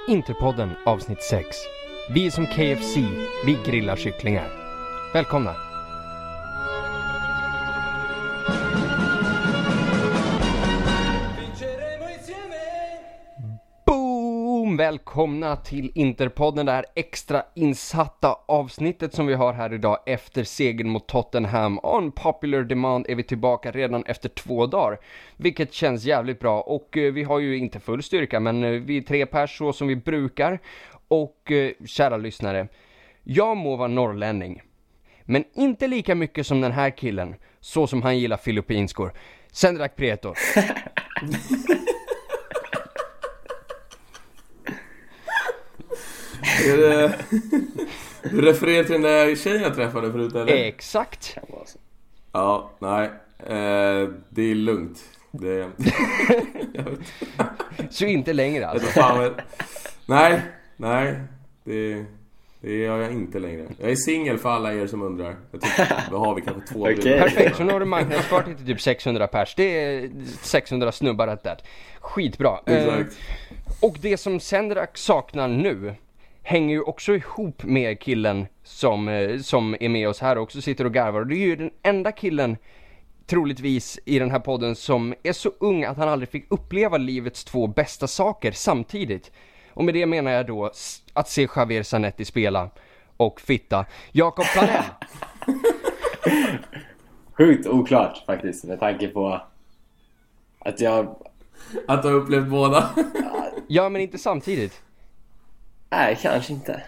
Interpodden avsnitt 6. Vi är som KFC, vi grillar kycklingar. Välkomna! Boom! Välkomna till Interpodden, det här extra insatta avsnittet som vi har här idag efter segern mot Tottenham. On popular demand är vi tillbaka redan efter 2 dagar, vilket känns jävligt bra. Och vi har ju inte full styrka, men vi är 3 pers så som vi brukar. Och kära lyssnare, jag må vara norrlänning, men inte lika mycket som den här killen, så som han gillar filippinskor. Sendrak Prieto. Du refererar till den där tjejen jag träffade förut, eller? Exakt. Ja, nej. Det är lugnt. Det... Så inte längre alltså. Fan, nej. Det gör jag inte längre. Jag är singel för alla er som undrar. Jag tycker, vad har vi, kanske 2 okay. Perfekt, så nu har du marknadsfört till typ 600 pers. Det är 600 snubbar rätt där. Skitbra. Och det som Sendrak saknar nu hänger ju också ihop med killen som är med oss här och också sitter och garvar. Och det är ju den enda killen troligtvis i den här podden som är så ung att han aldrig fick uppleva livets 2 bästa saker samtidigt. Och med det menar jag då att se Javier Zanetti spela och fitta. Jakob Planell. Sjukt oklart faktiskt, med tanke på att Att du har upplevt båda. Ja, men inte samtidigt. Nej, kanske inte.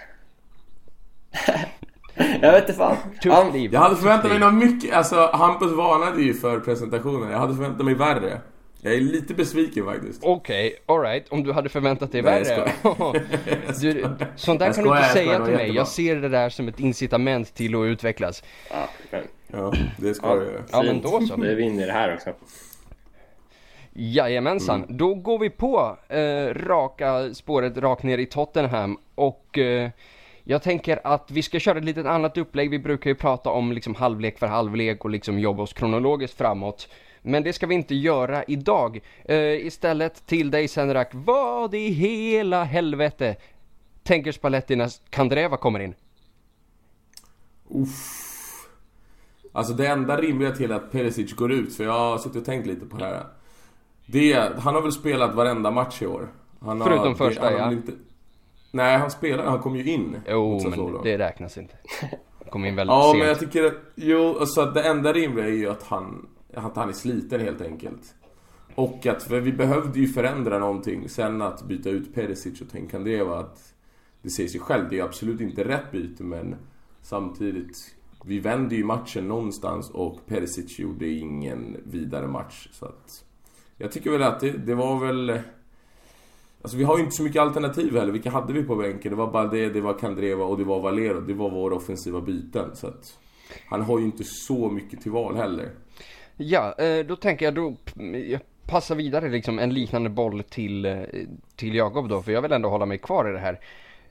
Jag vet inte fan. Jag hade förväntat mig något mycket. Alltså, Hampus varnade ju för presentationen. Jag hade förväntat mig värre. Jag är lite besviken faktiskt. Okej, alright. Om du hade förväntat dig värre. Sånt där kan du inte säga till mig. Jag ser det där som ett incitament till att utvecklas. Ja, det ska jag göra. Ja, men då så. Det vinner det här också. Jajamensan, då går vi på raka spåret rakt ner i Tottenham. Och jag tänker att vi ska köra ett litet annat upplägg. Vi brukar ju prata om liksom halvlek för halvlek och liksom jobba oss kronologiskt framåt. Men det ska vi inte göra idag. Istället till dig, Sendrak. Vad i hela helvete tänker Spalletti när Candreva kommer in? Alltså det enda rimliga till att Perisic går ut, för jag har suttit och tänkt lite på det här. Han har väl spelat varenda match i år. Förutom första, ja. Nej, han kom ju in. Jo, men det räknas inte. Han kom in väldigt sent. Ja, men jag tycker att, alltså det enda rimliga är ju att han är sliten helt enkelt. Och att, för vi behövde ju förändra någonting. Sen att byta ut Perisic och tänka det var att det säger sig själv, det är absolut inte rätt byte, men samtidigt, vi vände ju matchen någonstans och Perisic gjorde ingen vidare match. Så att jag tycker väl att det var väl... Alltså vi har ju inte så mycket alternativ heller. Vilka hade vi på bänken? Det var bara det var Candreva och det var Valero. Det var våra offensiva byten. Så att han har ju inte så mycket till val heller. Ja, då tänker jag passa vidare liksom en liknande boll till Jakob då. För jag vill ändå hålla mig kvar i det här.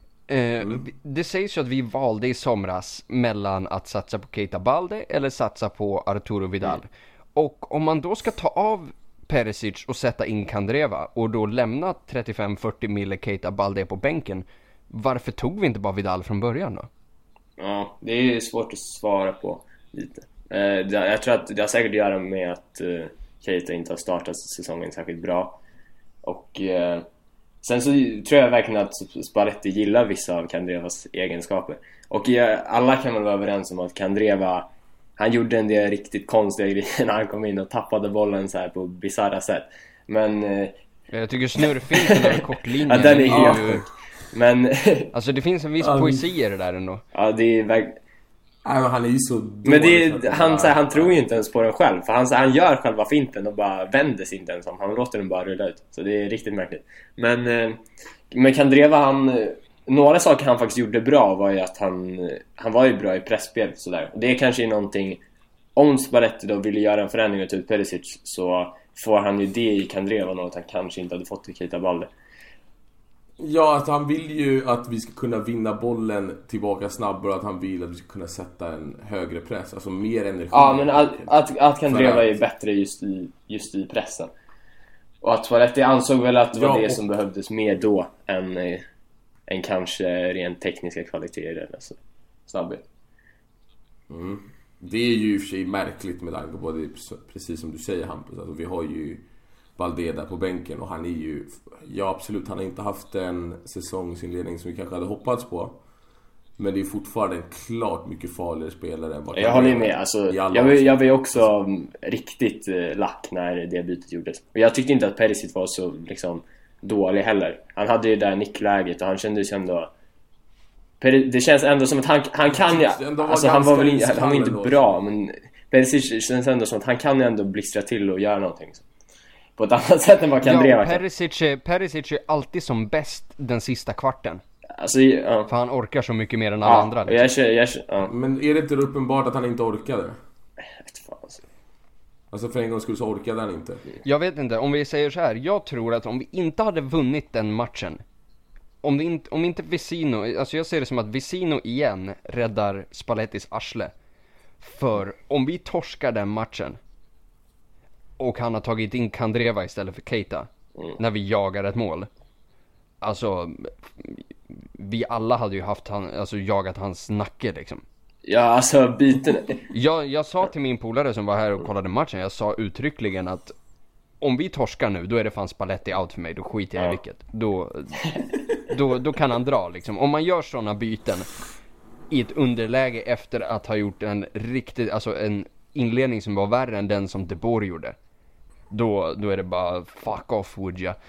Det sägs ju att vi valde i somras mellan att satsa på Keita Balde eller satsa på Arturo Vidal. Och om man då ska ta av Perisic och sätta in Candreva och då lämna 35-40 mille Keita Balde på bänken, varför tog vi inte bara Vidal från början då? Ja, det är svårt att svara på lite. Jag tror att det har säkert att göra med att Keita inte har startat säsongen särskilt bra. Och sen så tror jag verkligen att Spalletti gillar vissa av Candrevas egenskaper. Och alla kan väl vara överens om att Candreva, han gjorde en del riktigt konstiga grejer när han kom in och tappade bollen så här på bizarra sätt. Men jag tycker snurrfinten över kortlinjen. Ja, den är helt sjuk. Men alltså det finns en viss poesi i det där ändå. Ja, det är men han är ju så dålig. Men han tror ju inte ens på den själv. För han gör själva finten och bara vänder sig inte ens om. Han låter den bara rulla ut. Så det är riktigt märkligt. Men Candreva, några saker han faktiskt gjorde bra var ju att han var ju bra i pressspel sådär. Och det kanske är någonting, om Spalletti då ville göra en förändring och ta ut Perisic, så får han ju det i Candreva, något han kanske inte hade fått i Keita Balde. Ja, att han vill ju att vi ska kunna vinna bollen tillbaka snabbare, att han vill att vi ska kunna sätta en högre press, alltså mer energi. Ja, men att Candreva är bättre just i pressen. Och att Spalletti ansåg väl att det var det som behövdes mer då än kanske rent tekniska kvaliteter eller så snabbhet. Det är ju i och för sig märkligt med tanke på det, precis som du säger Hampus. Alltså, vi har ju Balde där på bänken och han är ju, ja absolut, han har inte haft en säsongsinledning som vi kanske hade hoppats på. Men det är fortfarande en klart mycket farligare spelare än vad jag håller med, alltså, jag var ju också riktigt lack när det bytet gjordes. Och jag tyckte inte att Perisic var så liksom dålig heller. Han hade ju det där nickläget och han kändes ju ändå, det känns ändå som att han kan ju, alltså han var inte bra, men Perisic känns ändå som att han kan ju ändå blistra till och göra någonting så. På ett annat sätt än vad Kandreva kan. Perisic är alltid som bäst den sista kvarten. Alltså, ja. För han orkar så mycket mer än alla andra liksom. Men är det inte uppenbart att han inte orkade? Fan, alltså för en gång skulle så orkade han inte. Jag vet inte, om vi säger så här. Jag tror att om vi inte hade vunnit den matchen, om inte Vecino, alltså jag ser det som att Vecino igen räddar Spallettis arsle. För om vi torskar den matchen och han har tagit in Kandreva istället för Keita när vi jagar ett mål, alltså vi alla hade ju haft jagat hans nacke liksom. Ja, alltså biten. Jag sa till min polare som var här och kollade matchen, jag sa uttryckligen att om vi torskar nu, då är det fan Spalletti out för mig, då skiter jag i vilket. Då kan han dra liksom. Om man gör sådana byten i ett underläge efter att ha gjort en riktigt, alltså en inledning som var värre än den som De Boer gjorde, då är det bara fuck off would ya.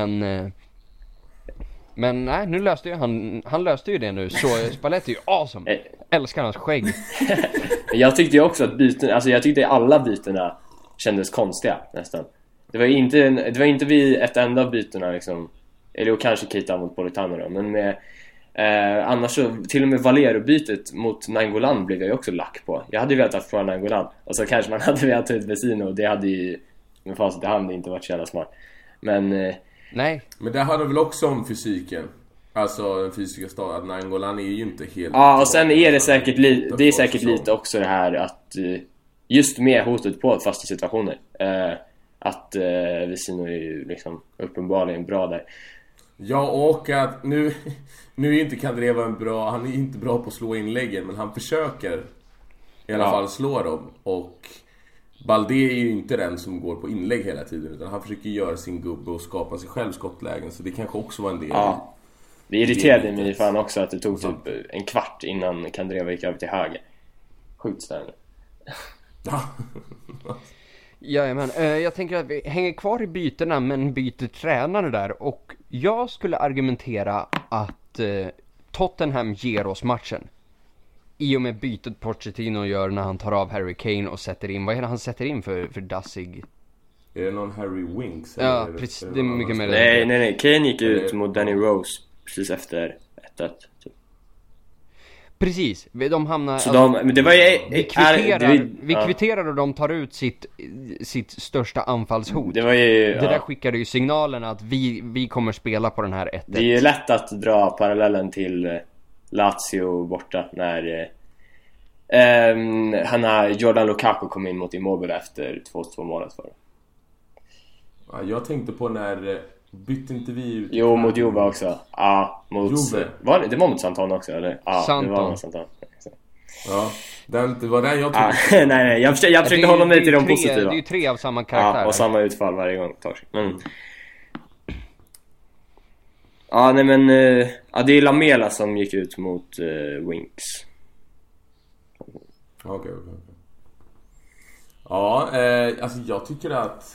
Men nej, nu löste ju han löste ju det nu. Så Spalletti är ju awesome. Älskar hans skägg. Jag tyckte ju också att byten, alltså jag tyckte alla bytena kändes konstiga nästan. Det var inte vid ett enda av bytena liksom, eller kanske Keita mot Politano då, men med annars så, till och med Valero-bytet mot Nainggolan blev jag ju också lack på. Jag hade ju velat ha kvar Nainggolan, och så kanske man hade velat ta ut Vecino, och det hade ju med facit i hand inte varit så jävla smart. Men nej. Men det hade väl också om fysiken. Alltså den fysiska staden, att Nainggolan är ju inte helt... Ja, och sen är det säkert lite också det här att just med hotet på fasta situationer, att Vecino är ju liksom uppenbarligen bra där. Ja, och att nu är inte Kandreva han är inte bra på att slå inläggen, men han försöker i alla fall slå dem. Och Balde är ju inte den som går på inlägg hela tiden, utan han försöker göra sin gubbe och skapa sig själv skottlägen. Så det kanske också var en del. Ja, det irriterade mig fan också att det tog typ en kvart innan Kandreva gick över till höger. Sjukt ständigt. Jajamän, jag tänker att vi hänger kvar i bytena men byter tränare där. Och jag skulle argumentera att Tottenham ger oss matchen i och med bytet Pochettino gör när han tar av Harry Kane och sätter in, vad är det han sätter in för dassig? Är det någon Harry Winks? Ja, precis, det är mycket mer. Nej, Kane gick ut mot Danny Rose precis efter 1-1 typ. Precis, de hamnar så men det var ju vi kvitterar och de tar ut sitt största anfallshot. Det där skickade ju signalerna att vi kommer spela på den här 1-1. Det är ju lätt att dra parallellen till Lazio borta när Jordan Lukaku kom in mot Immobile efter 2-2 målet för. Ja, jag tänkte på när bytte inte vi ut. Jo, mot Juve också. Ja, mot Juve. Det var mot Santon också eller? Ja, Santon. Det var mot Santon. Ja, det var där jag tog. Nej, jag försökte hålla mig till de positiva. Det är ju 3 av samma karaktär. Ja, och samma utfall varje gång. Ja, nej men det är Lamela som gick ut mot Winks. Okej. Ja, alltså jag tycker att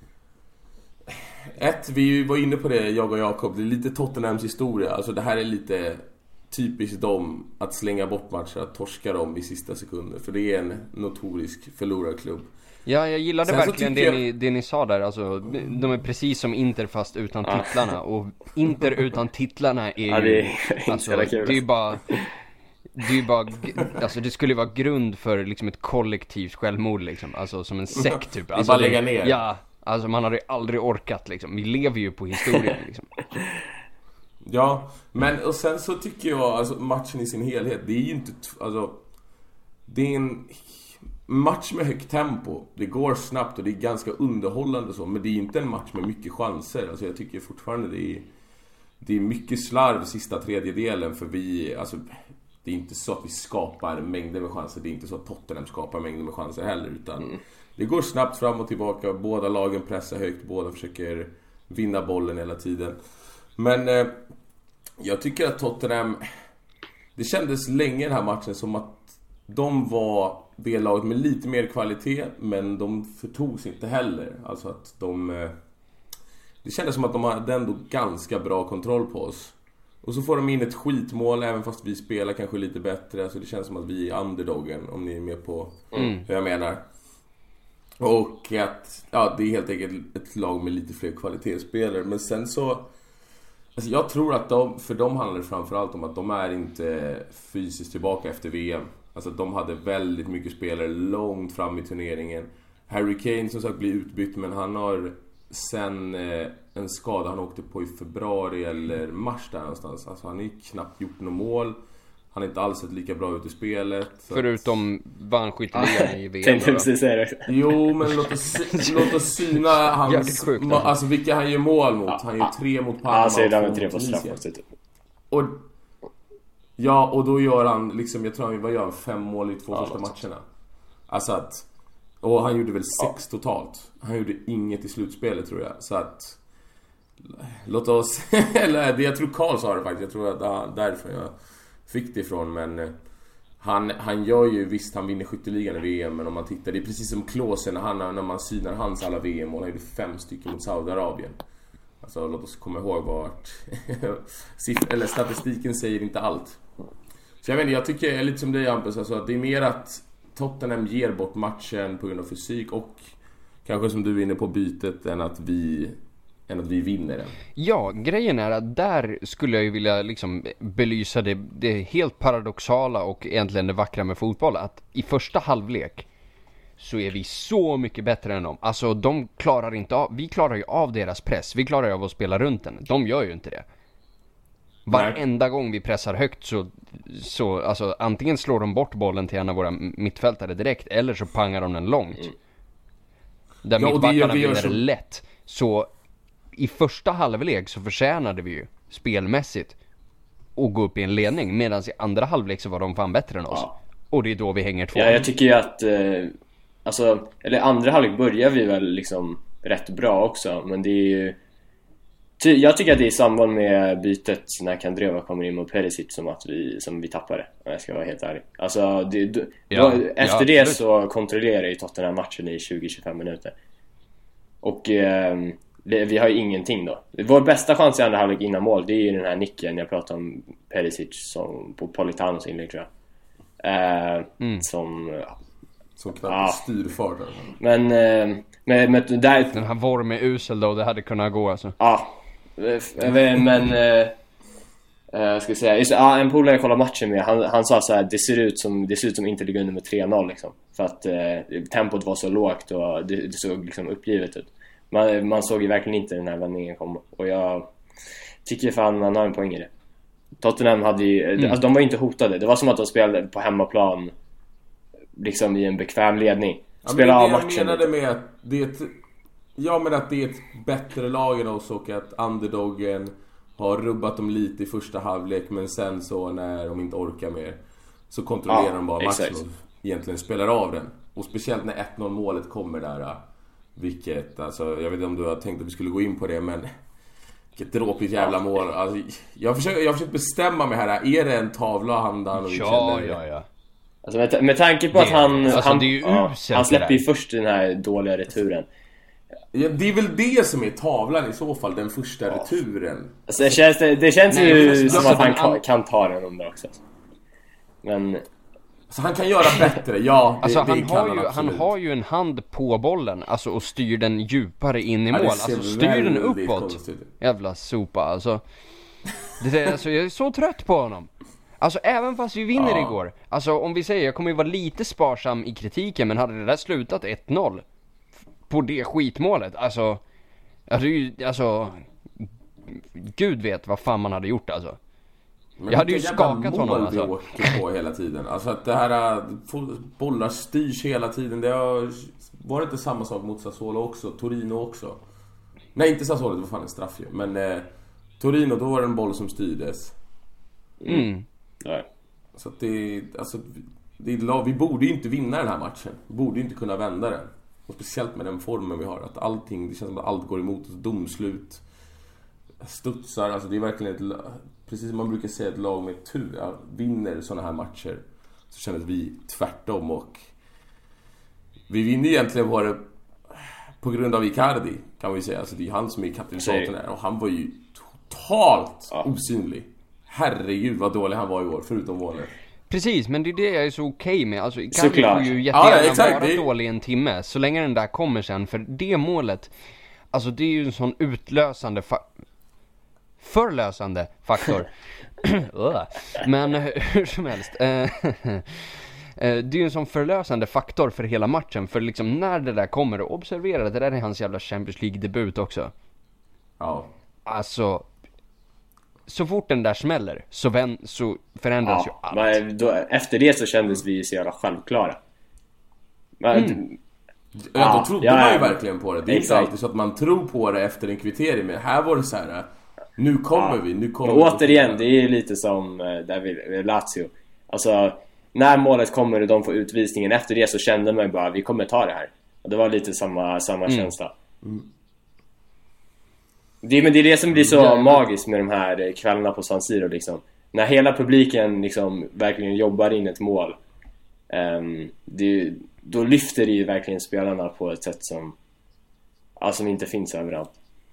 vi var inne på det, jag och Jakob. Det är lite Tottenhams historia. Alltså det här är lite typiskt dem att slänga bort matcher, att torska dem i sista sekunder. För det är en notorisk förlorarklubb. Ja, jag gillade verkligen det ni sa där. Alltså, de är precis som Inter fast utan titlarna. Och Inter utan titlarna är ju... det är ju bara alltså det skulle vara grund för liksom ett kollektivt självmord liksom. Alltså som en sekt typ. Alltså, bara lägga ner. Ja, alltså man hade aldrig orkat liksom. Vi lever ju på historien liksom. Ja, men och sen så tycker jag alltså matchen i sin helhet, det är ju inte alltså det är en match med högt tempo. Det går snabbt och det är ganska underhållande så, men det är inte en match med mycket chanser. Alltså jag tycker fortfarande det är mycket slarv sista tredjedelen, för alltså, det är inte så att vi skapar mängder med chanser. Det är inte så att Tottenham skapar mängder med chanser heller, utan det går snabbt fram och tillbaka. Båda lagen pressar högt, båda försöker vinna bollen hela tiden. Men jag tycker att Tottenham, det kändes länge i den här matchen som att de var det laget med lite mer kvalitet, men de förtogs inte heller. Alltså att det kändes som att de hade ändå ganska bra kontroll på oss. Och så får de in ett skitmål, även fast vi spelar kanske lite bättre. Alltså det känns som att vi är underdogen, om ni är med på hur jag menar. Och att det är helt enkelt ett lag med lite fler kvalitetsspelare. Men sen så, alltså jag tror att för dem handlar det framförallt om att de är inte fysiskt tillbaka efter VM. Alltså de hade väldigt mycket spelare långt fram i turneringen. Harry Kane som sagt blir utbytt, men han har sen en skada han åkte på i februari eller mars där någonstans. Alltså han har knappt gjort något mål. Han är inte alls sett lika bra ut i spelet. Förutom vannskytteligan i VM. Tänkte precis säga det. Jo, men låt oss syna hans, alltså vilka han gör mål mot. Han gör 3 mot Parma. Han säger där med 3 på straff. Och då gör han liksom, jag tror han gör 5 mål i 2 första matcherna. Alltså att, och han gjorde väl 6 totalt. Han gjorde inget i slutspelet, tror jag. Så att låt oss eller jag tror Karl sa det faktiskt. Jag tror att därför jag fick det ifrån. Men han gör ju, visst han vinner skytteligan i VM, men om man tittar, det är precis som Klose när man synar hans alla VM-mål. Han gjorde 5 stycken mot Saudiarabien. Alltså låt oss komma ihåg vart eller statistiken säger inte allt. Så jag vet inte, jag tycker lite som dig, Hampus, alltså att det är mer att Tottenham ger bort matchen på grund av fysik och kanske som du är inne på bytet än att vi vinner den. Ja, grejen är att där skulle jag ju vilja liksom belysa det helt paradoxala och egentligen det vackra med fotboll, att i första halvlek så är vi så mycket bättre än dem. Alltså vi klarar ju av deras press. Vi klarar ju av att spela runt den. De gör ju inte det. Varenda gång vi pressar högt så alltså antingen slår de bort bollen till en av våra mittfältare direkt, eller så pangar de den långt. Där mittbackarna vinner lätt. Så i första halvlek så förtjänade vi ju spelmässigt att gå upp i en ledning, medan i andra halvlek så var de fan bättre än oss. Och det är då vi hänger 2. Ja, jag tycker ju att eller andra halvlek börjar vi väl liksom rätt bra också, men det är ju jag tycker att det är i samband med bytet när Kandreva kommer in mot Perisic som vi tappade, om jag ska vara helt ärlig. Alltså efter det så kontrollerar ju Tottenham matchen i 20-25 minuter. Och vi har ju ingenting då. Vår bästa chans i andra halvlek innan mål, det är ju den här nicken jag pratade om, Perisic som på Politanos inlägg, tror jag. Som knappt styrfart. Men där, den här Vorm är usel då, det hade kunnat gå alltså. Ja. Men ska jag säga, just, en polare jag kollade matchen med, han sa så här: det ser ut som inte ligger under med 3-0 liksom, för att tempot var så lågt och det såg liksom uppgivet ut. Man såg ju verkligen inte den här vändningen komma, och jag tycker fan man har en poäng i det. Tottenham hade ju, alltså de var inte hotade. Det var som att de spelade på hemmaplan liksom i en bekväm ledning. Spela av matchen. Jag menade med att det är ett bättre lag än oss, och att underdogen har rubbat dem lite i första halvlek, men sen så när de inte orkar mer så kontrollerar de bara matchen och egentligen spelar av den. Och speciellt när 1-0 målet kommer där, vilket, alltså jag vet inte om du har tänkt att vi skulle gå in på det, men vilket dråpigt jävla mål. Alltså, jag försöker bestämma mig här, är det en tavla han Ja. Alltså med tanke på att han släpper ju först den här dåliga returen. Ja, det är väl det som är tavlan i så fall, den första returen. Alltså det känns ju som att han kan ta den om det också. Men så han kan göra bättre, ja. Alltså han har ju en hand på bollen, alltså, och styr den djupare in i mål. Alltså styr den uppåt. Konstigt. Jävla sopa, alltså. Alltså jag är så trött på honom. Alltså även fast vi vinner igår. Alltså om vi säger, jag kommer ju vara lite sparsam i kritiken, men hade det där slutat 1-0 på det skitmålet, alltså Gud vet vad fan man hade gjort, alltså. Men jag hade ju skakat honom, alltså. Det åker på hela tiden. Alltså att det här bollar styrs hela tiden. Det har varit inte samma sak mot Sassuolo också, Torino också. Nej, inte Sassuolo, det var fan en straff ju. Men Torino, då var det en boll som styrdes. Ja. Så att vi borde ju inte vinna den här matchen. Vi borde ju inte kunna vända den. Och speciellt med den formen vi har, att allting, det känns som att allt går emot oss. Domslut, studsar, alltså det är verkligen precis som man brukar säga, ett lag med tur. Ja, vinner såna här matcher så känner vi tvärtom, och vi vinner egentligen bara på grund av Icardi, kan vi säga. Alltså det är han som är katalysatorn där, och han var ju totalt osynlig. Herregud vad dålig han var i år, förutom målet. Precis, men det är det jag är så okej med. Alltså Icardi får ju jättegärna vara dålig en timme, så länge den där kommer sen. För det målet, alltså det är ju en sån utlösande förlösande faktor. Men hur som helst, det är ju en sån förlösande faktor för hela matchen. För liksom när det där kommer, och observera, det där är hans jävla Champions League-debut också. Ja. Alltså, så fort den där smäller så förändras ju allt. Men då, efter det så kändes vi så jävla självklara. Men, då trodde man ju verkligen på det. Det är inte alltid så att man tror på det efter en kvittering. Men här var det så här: nu kommer vi. Men återigen, det är lite som där vi Lazio. Alltså, när målet kommer och de får utvisningen, efter det så kände man bara, vi kommer ta det här. Och det var lite samma känsla. Men det är det som blir så magiskt med de här kvällarna på San Siro liksom. När hela publiken liksom verkligen jobbar in ett mål, då lyfter det ju verkligen spelarna på ett sätt som inte finns överallt.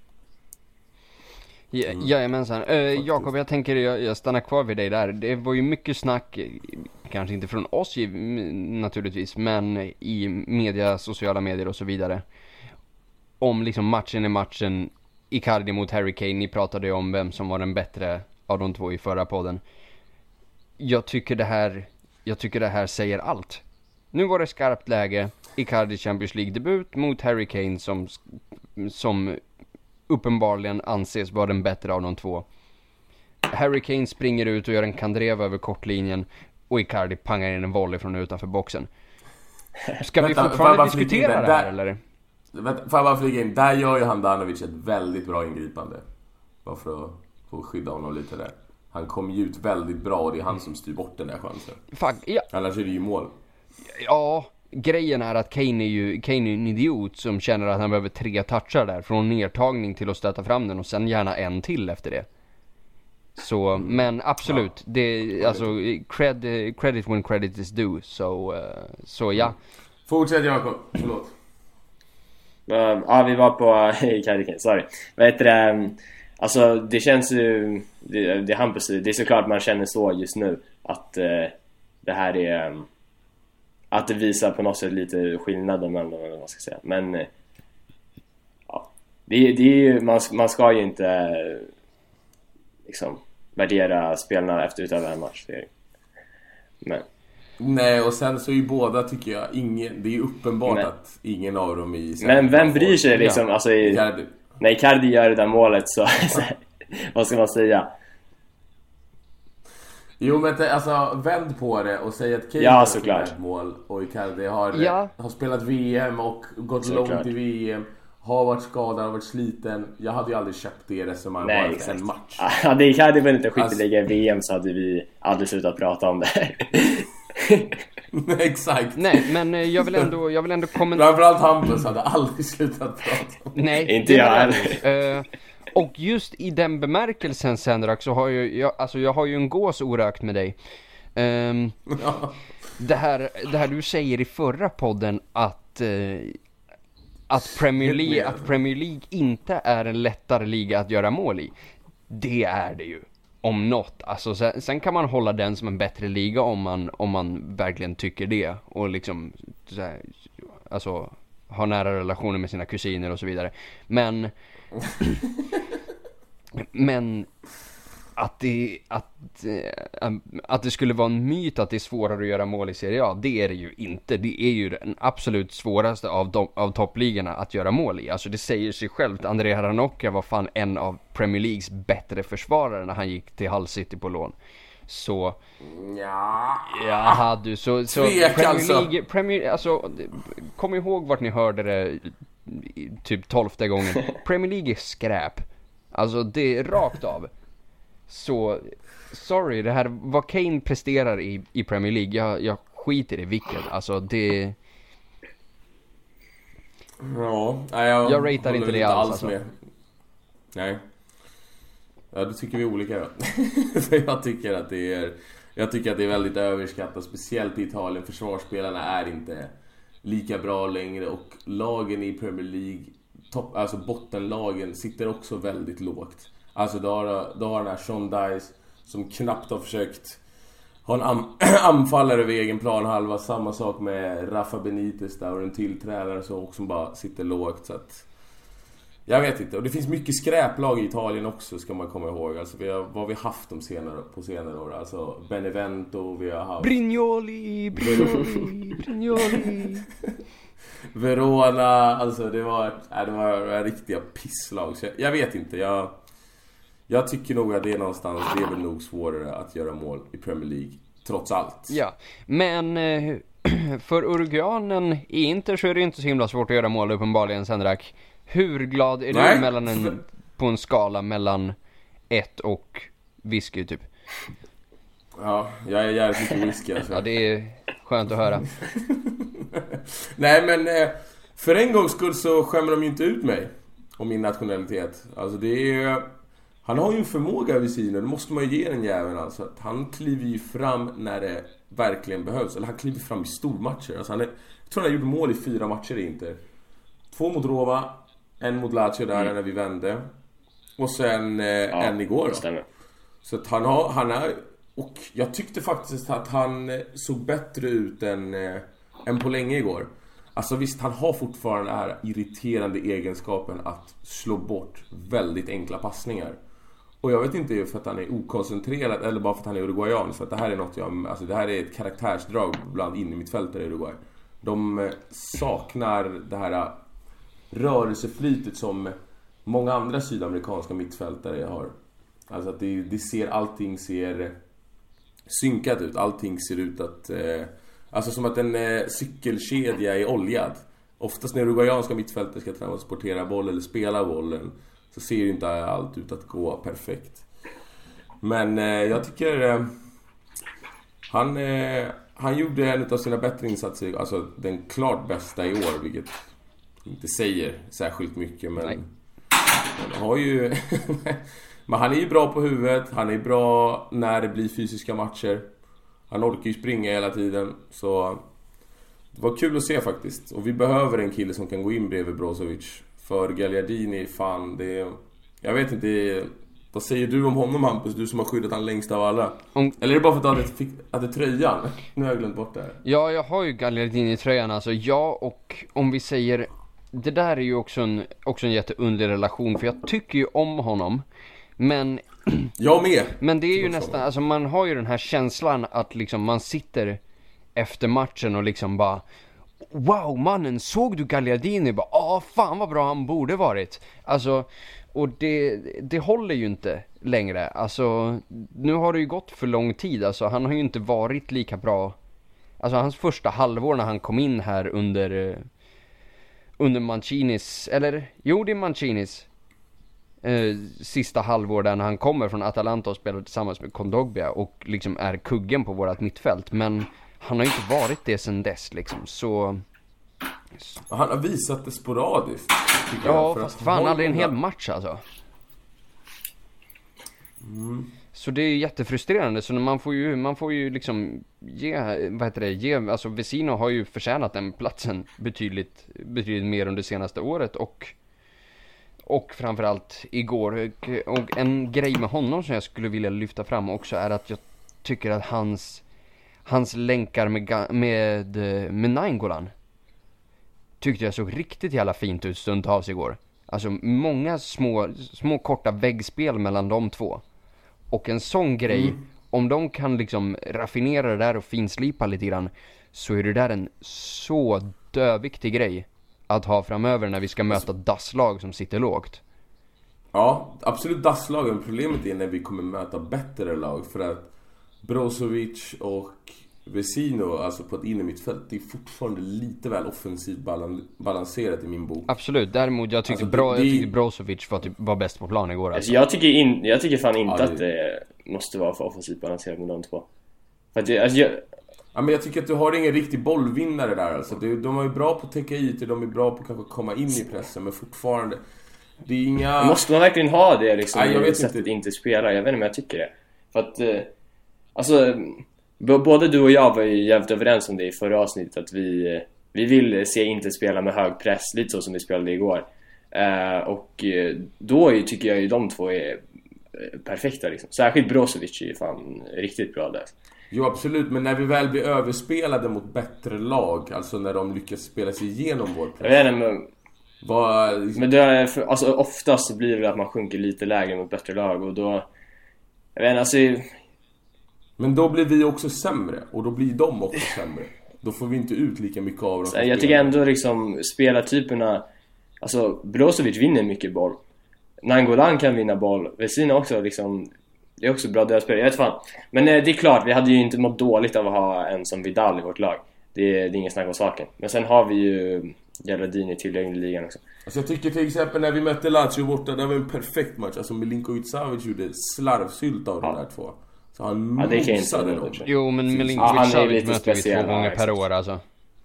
Jajamensan. Jakob, jag tänker jag stannar kvar vid dig där. Det var ju mycket snack, kanske inte från oss naturligtvis, men i media, sociala medier och så vidare, om liksom matchen Icardi mot Harry Kane. Ni pratade ju om vem som var den bättre av de två i förra podden. Jag tycker det här säger allt. Nu var det skarpt läge. Icardi Champions League-debut mot Harry Kane som uppenbarligen anses vara den bättre av de två. Harry Kane springer ut och gör en Kandreva över kortlinjen, och Icardi pangar in en volley från utanför boxen. Ska vi fortfarande diskutera det här, eller? Får jag bara flyga in? Där gör ju Handanovic ett väldigt bra ingripande. Bara för att få skydda honom lite där. Han kom ju ut väldigt bra, och det är han som styr bort den där chansen. Annars är det ju mål. Ja, grejen är att Kane är ju en idiot som känner att han behöver 3 touchar där. Från nedtagning till att stöta fram den, och sen gärna en till efter det. Så, men absolut, alltså credit when credit is due. Så ja. Fortsätt Jakob, förlåt. Vi var på Icardi, sorry. Vad heter det? Alltså det känns ju det Hampus, det är såklart man känner så just nu att det här är att det visar på något sätt lite skillnaden mellan vad man ska säga. Men det är ju, man ska ju inte liksom värdera spelarna utöver en match. Men nej, och sen så är ju båda, tycker jag, det är ju uppenbart att ingen av dem är. Men vem bryr sig liksom? Alltså, när Icardi gör det där målet så vad ska man säga? Jo, men alltså vänd på det och säg att Kane har ett mål och Icardi har spelat VM och gått långt i VM, har varit skadad, har varit sliten. Jag hade ju aldrig köpt det resonemanget bara för en match. Hade Icardi vunnit en skitliga i VM så hade vi aldrig slutat prata om det. Exakt. Nej, men jag vill ändå kommentera. Framförallt Hampus hade aldrig slutat prata om det. Nej, inte jag heller. Och just i den bemärkelsen, Sendrak, så har jag har ju en gås orökt med dig. Det här du säger i förra podden att Premier League inte är en lättare liga att göra mål i. Det är det ju. Om något. Alltså, sen kan man hålla den som en bättre liga om man verkligen tycker det. Och liksom så här, alltså, ha nära relationer med sina kusiner och så vidare. Men att det skulle vara en myt att det är svårare att göra mål i Serie A, det är det ju inte. Det är ju den absolut svåraste av toppligorna att göra mål i. Alltså det säger sig självt. Andrea Ranocchia var fan en av Premier Leagues bättre försvarare när han gick till Hull City på lån. Så Premier League, alltså kom ihåg vart ni hörde det typ 12:e gången. Premier League är skräp. Alltså det är rakt av. Så, sorry, det här, vad Kane presterar i Premier League, jag skiter i vilket. Alltså det... Ja, jag ratear inte det alls alltså. Med. Nej. Ja, då tycker vi olika då. jag tycker att det är väldigt överskattat, speciellt i Italien. Försvarsspelarna är inte lika bra längre och lagen i Premier League, alltså bottenlagen, sitter också väldigt lågt. Alltså då har den här Sean Dice som knappt har försökt ha en anfallare över egen planhalva. Samma sak med Rafa Benitez där, och en till tränare som bara sitter lågt. Så att jag vet inte. Och det finns mycket skräplag i Italien också, ska man komma ihåg. Alltså vad har vi haft på senare år? Alltså Benevento, vi har haft Brignoli. Verona, alltså det var riktiga pisslag. Så jag vet inte, jag tycker nog att det är någonstans, det är väl nog svårare att göra mål i Premier League, trots allt. Ja, men för Uruguayanen i Inter så är det inte så himla svårt att göra mål uppenbarligen, Sendrak. Hur glad är du på en skala mellan 1 och whisky typ? Ja, jag är jävligt mycket whisky alltså. Ja, det är skönt att höra. Nej, men för en gångs skull så skämmer de ju inte ut mig om min nationalitet. Alltså det är... Han har ju en förmåga över sina, det måste man ju ge den jäveln alltså. Han kliver ju fram när det verkligen behövs. Eller han kliver fram i stormatcher. Alltså jag tror han har gjort mål i 4 matcher i Inter. 2 mot Roma, 1 mot Lazio där när vi vände. Och sen en igår då. Stämmer. Så att han är... Och jag tyckte faktiskt att han såg bättre ut än på länge igår. Alltså visst, han har fortfarande den här irriterande egenskapen att slå bort väldigt enkla passningar. Och jag vet inte för att han är okoncentrerad eller bara för att han är uruguayan. För att det här är något det här är ett karaktärsdrag bland in i mittfältare i Uruguay. De saknar det här rörelseflytet som många andra sydamerikanska mittfältare har. Alltså att allting ser synkat ut. Allting ser ut att... Alltså som att en cykelkedja är oljad. Oftast när uruguayanska mittfältare ska transportera boll eller spela bollen så ser ju inte allt ut att gå perfekt. Men jag tycker han gjorde en av sina bättre insatser, alltså den klart bästa i år, vilket inte säger särskilt mycket, men han har ju men han är ju bra på huvudet, han är bra när det blir fysiska matcher. Han orkar ju springa hela tiden. Så det var kul att se faktiskt. Och vi behöver en kille som kan gå in bredvid Brozovic. För Gagliardini, fan, jag vet inte. Vad säger du om honom, Hampus? Du som har skyddat han längst av alla. Eller är det bara för att du hade tröjan? Nu har jag glömt bort det här. Ja, jag har ju Gagliardini-tröjan. Alltså och om vi säger... Det där är ju också en jätteunderlig relation. För jag tycker ju om honom. Men... Jag med. Men det är ju nästan, alltså man har ju den här känslan att liksom man sitter efter matchen och liksom bara wow mannen, såg du Gagliardini? Bara, fan vad bra han borde varit. Alltså, och det håller ju inte längre. Alltså, nu har det ju gått för lång tid. Alltså, han har ju inte varit lika bra. Alltså, hans första halvår när han kom in här under Mancinis, eller, jo det är Mancinis sista halvår där när han kommer från Atalanta och spelar tillsammans med Kondogbia och liksom är kuggen på vårat mittfält, men han har ju inte varit det sen dess liksom, så han har visat det sporadiskt. Ja, fast fan aldrig en hel match alltså. Så det är jättefrustrerande, så man får ju liksom alltså Vecino har ju förtjänat den platsen betydligt mer under senaste året och framförallt igår. Och en grej med honom som jag skulle vilja lyfta fram också är att jag tycker att hans länkar med Nainggolan tyckte jag såg riktigt jävla fint ut stundtals igår. Alltså många små korta väggspel mellan de två. Och en sån grej, om de kan liksom raffinera det där och finslipa lite grann, så är det där en så döviktig grej att ha framöver när vi ska möta dasslag som sitter lågt. Ja, absolut dasslagen. Problemet är när vi kommer möta bättre lag, för att Brozovic och Vesino, alltså på ett innermittfält, det är fortfarande lite väl offensivt balanserat i min bok. Absolut, däremot jag tyckte Brozovic var bäst på plan igår alltså. Jag tycker fan inte att det måste vara för offensivt balanserat med de två. För att ja, men jag tycker att du har ingen riktig bollvinnare där alltså. De är bra på att täcka ytor, de är bra på att kanske komma in i pressen, men fortfarande det är inga... Måste man verkligen ha det liksom? Nej, jag vet sättet inte spela. Jag vet inte om jag tycker det. För att alltså både du och jag var ju jävligt överens om det i förra avsnittet, att vi vill se inte spela med hög press, lite så som vi spelade igår. Och då tycker jag ju de två är perfekta liksom. Särskilt Brozovic är ju fan riktigt bra där. Jo, absolut, men när vi väl blir överspelade mot bättre lag, alltså när de lyckas spela sig igenom vår press. Jag vet inte, men det är alltså oftast så blir det att man sjunker lite lägre mot bättre lag, och då jag vet inte, alltså. Men då blir vi också sämre, och då blir de också sämre. Då får vi inte ut lika mycket av dem. Jag tycker ändå liksom spelartyperna, alltså Brozovic vinner mycket boll, Nangolan kan vinna boll, Vesino också liksom. Det är också bra dödspel, jag vet fan. Men det är klart, vi hade ju inte mått dåligt av att ha en som Vidal i vårt lag. Det är ingen snack om saken. Men sen har vi ju Gerardini tillgänglig i ligan också. Alltså jag tycker till exempel när vi mötte Lazio borta, det var en perfekt match. Alltså Milinkovic-Savic gjorde slarvsylt av de där två. Så han mosade dem. Jo, men Milinkovic-Savic möter vi 2 gånger per år alltså.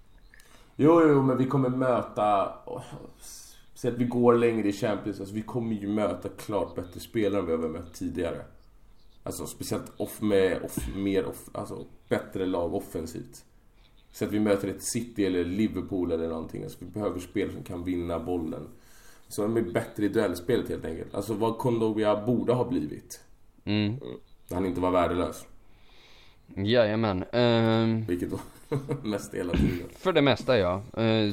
Jo, men vi kommer möta... Så att vi går längre i Champions, alltså vi kommer ju möta klart bättre spelare än vi har mött tidigare. Alltså speciellt alltså bättre lag offensivt. Så att vi möter ett City eller Liverpool eller någonting. Alltså vi behöver spel som kan vinna bollen. Så de är bättre i duellspelet helt enkelt. Alltså vad Kondogbia borde ha blivit. Han inte var värdelös. Jajamän. Vilket då mest hela tiden. För det mesta, ja. Men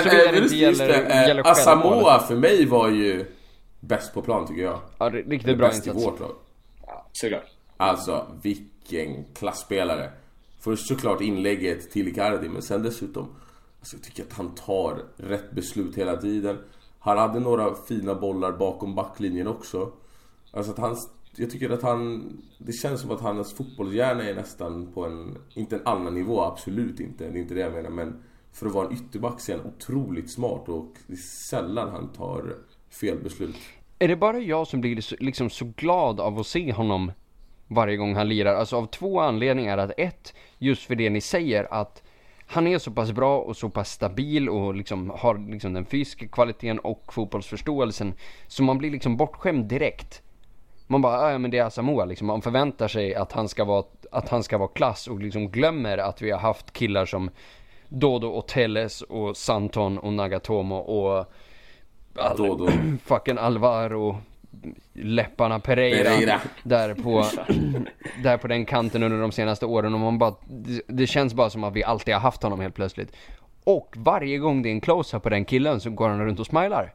Asamoah för mig var ju bäst på plan tycker jag. Ja, riktigt bra insats. I vårt lag. Ja, såklart. Alltså, vilken klassspelare. Först såklart inlägget till Icardi, men sen dessutom alltså, jag tycker att han tar rätt beslut hela tiden. Han hade några fina bollar bakom backlinjen också. Alltså att jag tycker att det känns som att hans fotbollshjärna är nästan på inte en annan nivå, absolut inte. Det är inte det jag menar, men för att vara en ytterback så är han otroligt smart och det är sällan han tar fel beslut. Är det bara jag som blir liksom så glad av att se honom varje gång han lirar? Alltså av 2 anledningar. Att ett, just för det ni säger, att han är så pass bra och så pass stabil och liksom har liksom den fysiska kvaliteten och fotbollsförståelsen, så man blir liksom bortskämd direkt. Man bara, ja men det är Asamoah liksom. Man förväntar sig att han ska vara klass och liksom glömmer att vi har haft killar som Dodo och Telles och Santon och Nagatomo och fucking Alvaro, läpparna Pereira. Där på den kanten under de senaste åren, och man bara, det känns bara som att vi alltid har haft honom helt plötsligt. Och varje gång det är en close-up på den killen så går han runt och smilar.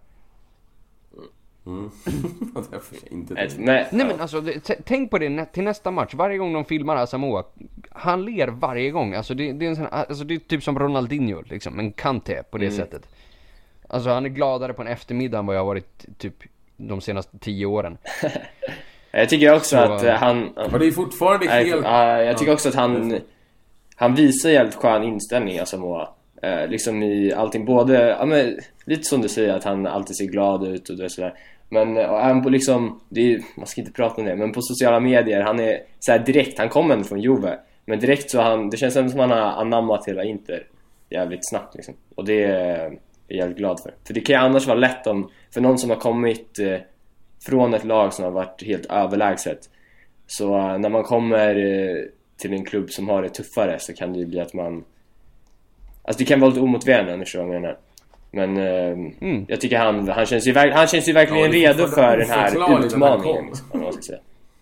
Nej men alltså tänk på det till nästa match. Varje gång de filmar Asamoah, han ler varje gång. Alltså det är en sån, alltså det är typ som Ronaldinho liksom, en Kanté på det sättet. Alltså han är gladare på en eftermiddag än vad jag har varit typ de senaste 10 åren. Jag tycker också att han... Men det är fortfarande helt... jag tycker också att han visar jävligt skön inställning, Asamoah. Liksom i allting, både men, lite som du säger, att han alltid ser glad ut och sådär. Men även på liksom, man ska inte prata om det, men på sociala medier, han är så här direkt, han kommer från Juve, men direkt så det känns som han har anammat hela Inter jävligt snabbt liksom. Och det är jag jävligt glad för det kan ju annars vara lätt för någon som har kommit från ett lag som har varit helt överlägset, så när man kommer till en klubb som har det tuffare, så kan det ju bli att man, alltså det kan vara lite omotiverande om jag menar. Men jag tycker han känns ju verkligen redo för den här utmaningen, om man ska säga.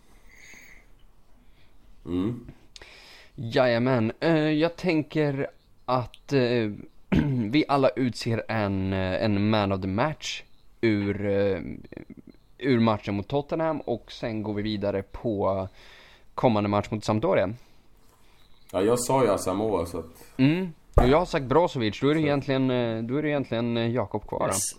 Jajamän, jag tänker att vi alla utser en man of the match ur matchen mot Tottenham, och sen går vi vidare på kommande match mot Sampdoria. Ja, jag sa ju Asamoah så att... Och jag har sagt Brozovic, då är det egentligen Jakob kvar. Yes,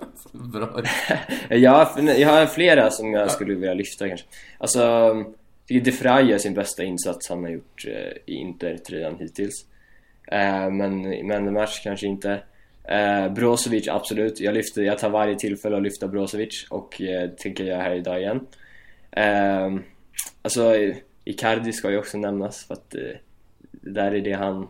bra. jag har flera som jag skulle vilja lyfta kanske. Alltså, tycker De Vrij är sin bästa insats han har gjort i Inter-tröjan hittills. Men match kanske inte. Brozovic absolut. Jag tar varje tillfälle att lyfta Brozovic och tänker jag här idag igen. Alltså Icardi ska ju också nämnas för att där är det han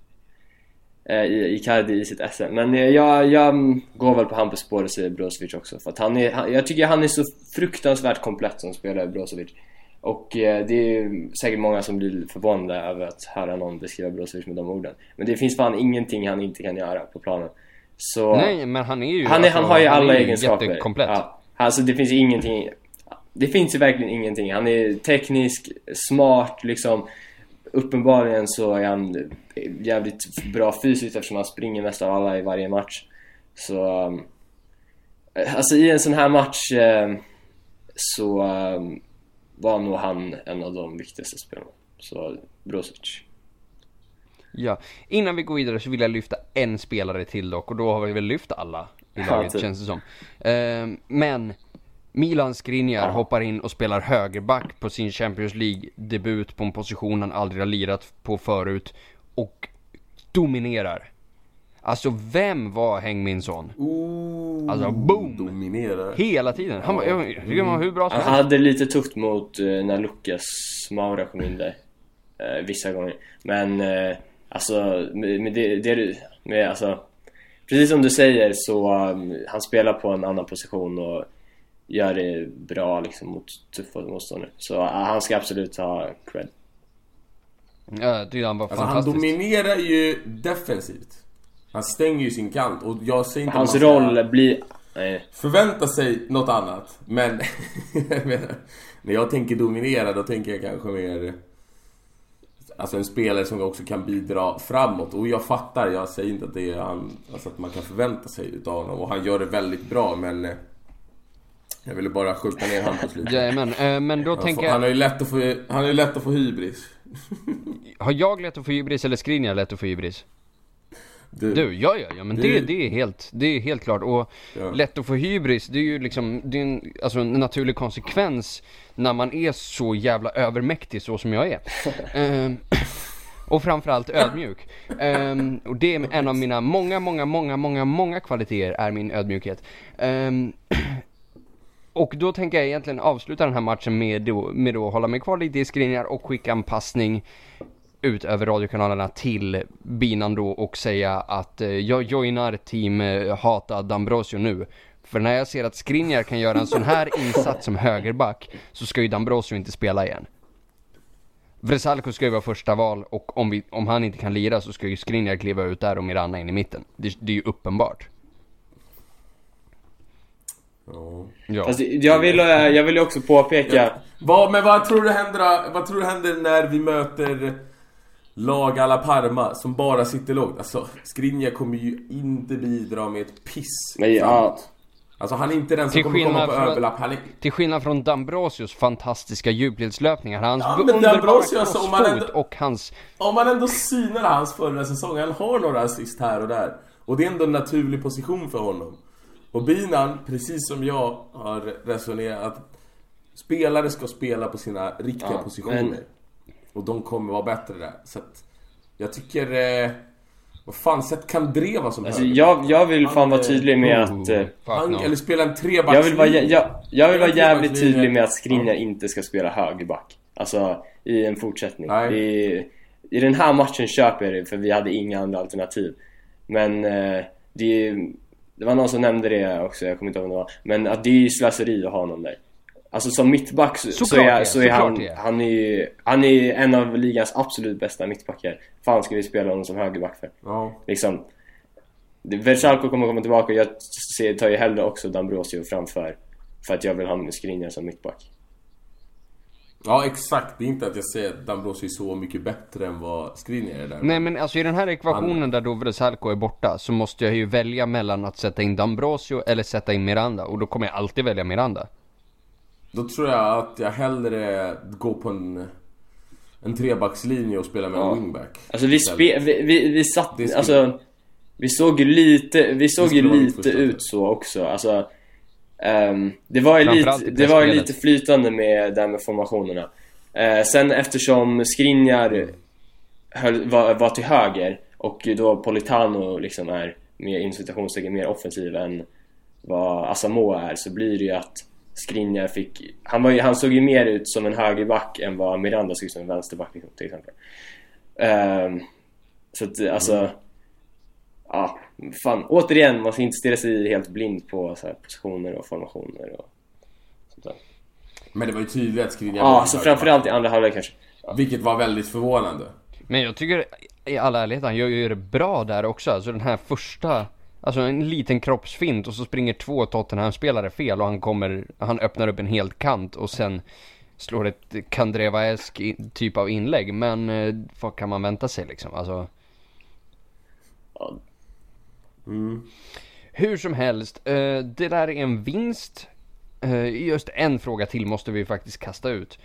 Icardi i sitt SM. Men jag går väl på Hampus spår och säger Brozovic också för att jag tycker han är så fruktansvärt komplett som spelare, Brozovic. Och det är säkert många som blir förvånade över att höra någon beskriva Brozovic med de orden. Men det finns fan ingenting han inte kan göra på planen. Så nej, men han är ju han har ju alla egenskaper. Jättekomplett. Ja, alltså det finns ingenting. Det finns ju verkligen ingenting. Han är teknisk, smart liksom. Uppenbarligen så är han jävligt bra fysiskt eftersom han springer mest av alla i varje match. Så alltså i en sån här match så var nog han en av de viktigaste spelarna. Så Brozovic. Ja, innan vi går vidare så vill jag lyfta en spelare till dock. Och då har vi väl lyft alla i laget, känns det som. Men Milan Skriniar hoppar in och spelar högerback på sin Champions League-debut på en position han aldrig har lirat på förut. Och dominerar. Alltså vem var Heung-min Son? Alltså boom! Dominerar. Hela tiden. Han var hur bra som han hade lite tufft mot när Lucas Moura kom in där vissa gånger. Men alltså alltså precis som du säger så han spelar på en annan position och gör det bra liksom mot tuffa motståndare. Så han ska absolut ha cred. Ja, det han var alltså, fantastisk. Han dominerar ju defensivt. Han stänger ju sin kant och jag säger inte hans roll blir förvänta sig något annat. Men när jag tänker dominera då tänker jag kanske mer alltså en spelare som också kan bidra framåt. Och jag fattar, jag säger inte att det är han, alltså att man kan förvänta sig utav honom. Och han gör det väldigt bra, men jag ville bara skjuta ner han på slutet. Ja, men då tänker jag... Han är ju lätt att få hybris. Har jag lätt att få hybris eller Skriniar lätt att få hybris? Du, ja, men det är helt klart. Och lätt att få hybris, det är ju liksom alltså en naturlig konsekvens när man är så jävla övermäktig så som jag är. Och framförallt ödmjuk. Och det är en av mina många kvaliteter är min ödmjukhet. Och då tänker jag egentligen avsluta den här matchen med att hålla mig kvar lite i Skriniar och skicka en passning ut över radiokanalerna till Binan då och säga att jag joinar team Hata D'Ambrosio nu. För när jag ser att Skriniar kan göra en sån här insats som högerback så ska ju D'Ambrosio inte spela igen. Vrsaljko ska ju vara första val och om han inte kan lira så ska ju Skriniar kliva ut där och Miranda in i mitten. Det är ju uppenbart. Ja. Alltså, jag vill också påpeka men vad tror du händer när vi möter lag alla Parma som bara sitter lågt? Alltså Skriniar kommer ju inte bidra med ett piss. Men alltså han är inte den som kommer komma på överlapp. Till skillnad från D'Ambrosios fantastiska djupledslöpningar. Hans om man ändå synar hans förra säsong, han har några assist här och där. Och det är ändå en naturlig position för honom. Och Binan, precis som jag har resonerat, att spelare ska spela på sina riktiga positioner. Och de kommer vara bättre där. Så att jag tycker vad fan, sätt kan dreva som alltså, jag vill fan vara tydlig med att eller spela en treback. Jag vill vara jävligt tydlig med att Skriniar inte ska spela högerback. Alltså i en fortsättning. I den här matchen köper jag det, för vi hade inga andra alternativ. Men det var någon som nämnde det också, jag kommer inte ihåg vad det var. Men att det är slöseri att ha någon där. Alltså som mittback så är han är en av ligans absolut bästa mittbackar. Fan ska vi spela honom som högerback för? Liksom Vrsaljko kommer komma tillbaka. Jag tar ju hellre också D'Ambrosio framför, för att jag vill ha med Skriniar som mittback. Ja, exakt. Det är inte att jag säger att D'Ambrosio är så mycket bättre än vad Skriniar är där. Nej, men alltså i den här ekvationen där då Vrsaljko är borta så måste jag ju välja mellan att sätta in D'Ambrosio eller sätta in Miranda. Och då kommer jag alltid välja Miranda. Då tror jag att jag hellre går på en trebackslinje och spelar med en wingback. Alltså vi satt alltså vi såg ju lite ut så också. Alltså det var ju lite flytande med där med formationerna. Sen eftersom Skriniar var till höger och då Politano liksom är mer incitationstecken mer offensiv än vad Asamoah är, så blir det ju att Skriniar fick... Han såg ju mer ut som en högerback än vad Miranda såg ut som en vänsterback liksom, till exempel. Så att alltså... Ja, fan. Återigen, man ska inte stirra sig helt blind på så här, positioner och formationer och sånt där. Men det var ju tydligt att Skriniar... Ja, så framförallt i andra halvlek kanske. Ja. Vilket var väldigt förvånande. Men jag tycker i alla ärlighet han gör det bra där också. Alltså den här första... Alltså en liten kroppsfint och så springer 2 Tottenham-spelare fel och han öppnar upp en helt kant och sen slår ett Kandreva-esk typ av inlägg. Men vad kan man vänta sig liksom? Alltså... Ja. Hur som helst, det där är en vinst. Just en fråga till måste vi faktiskt kasta ut.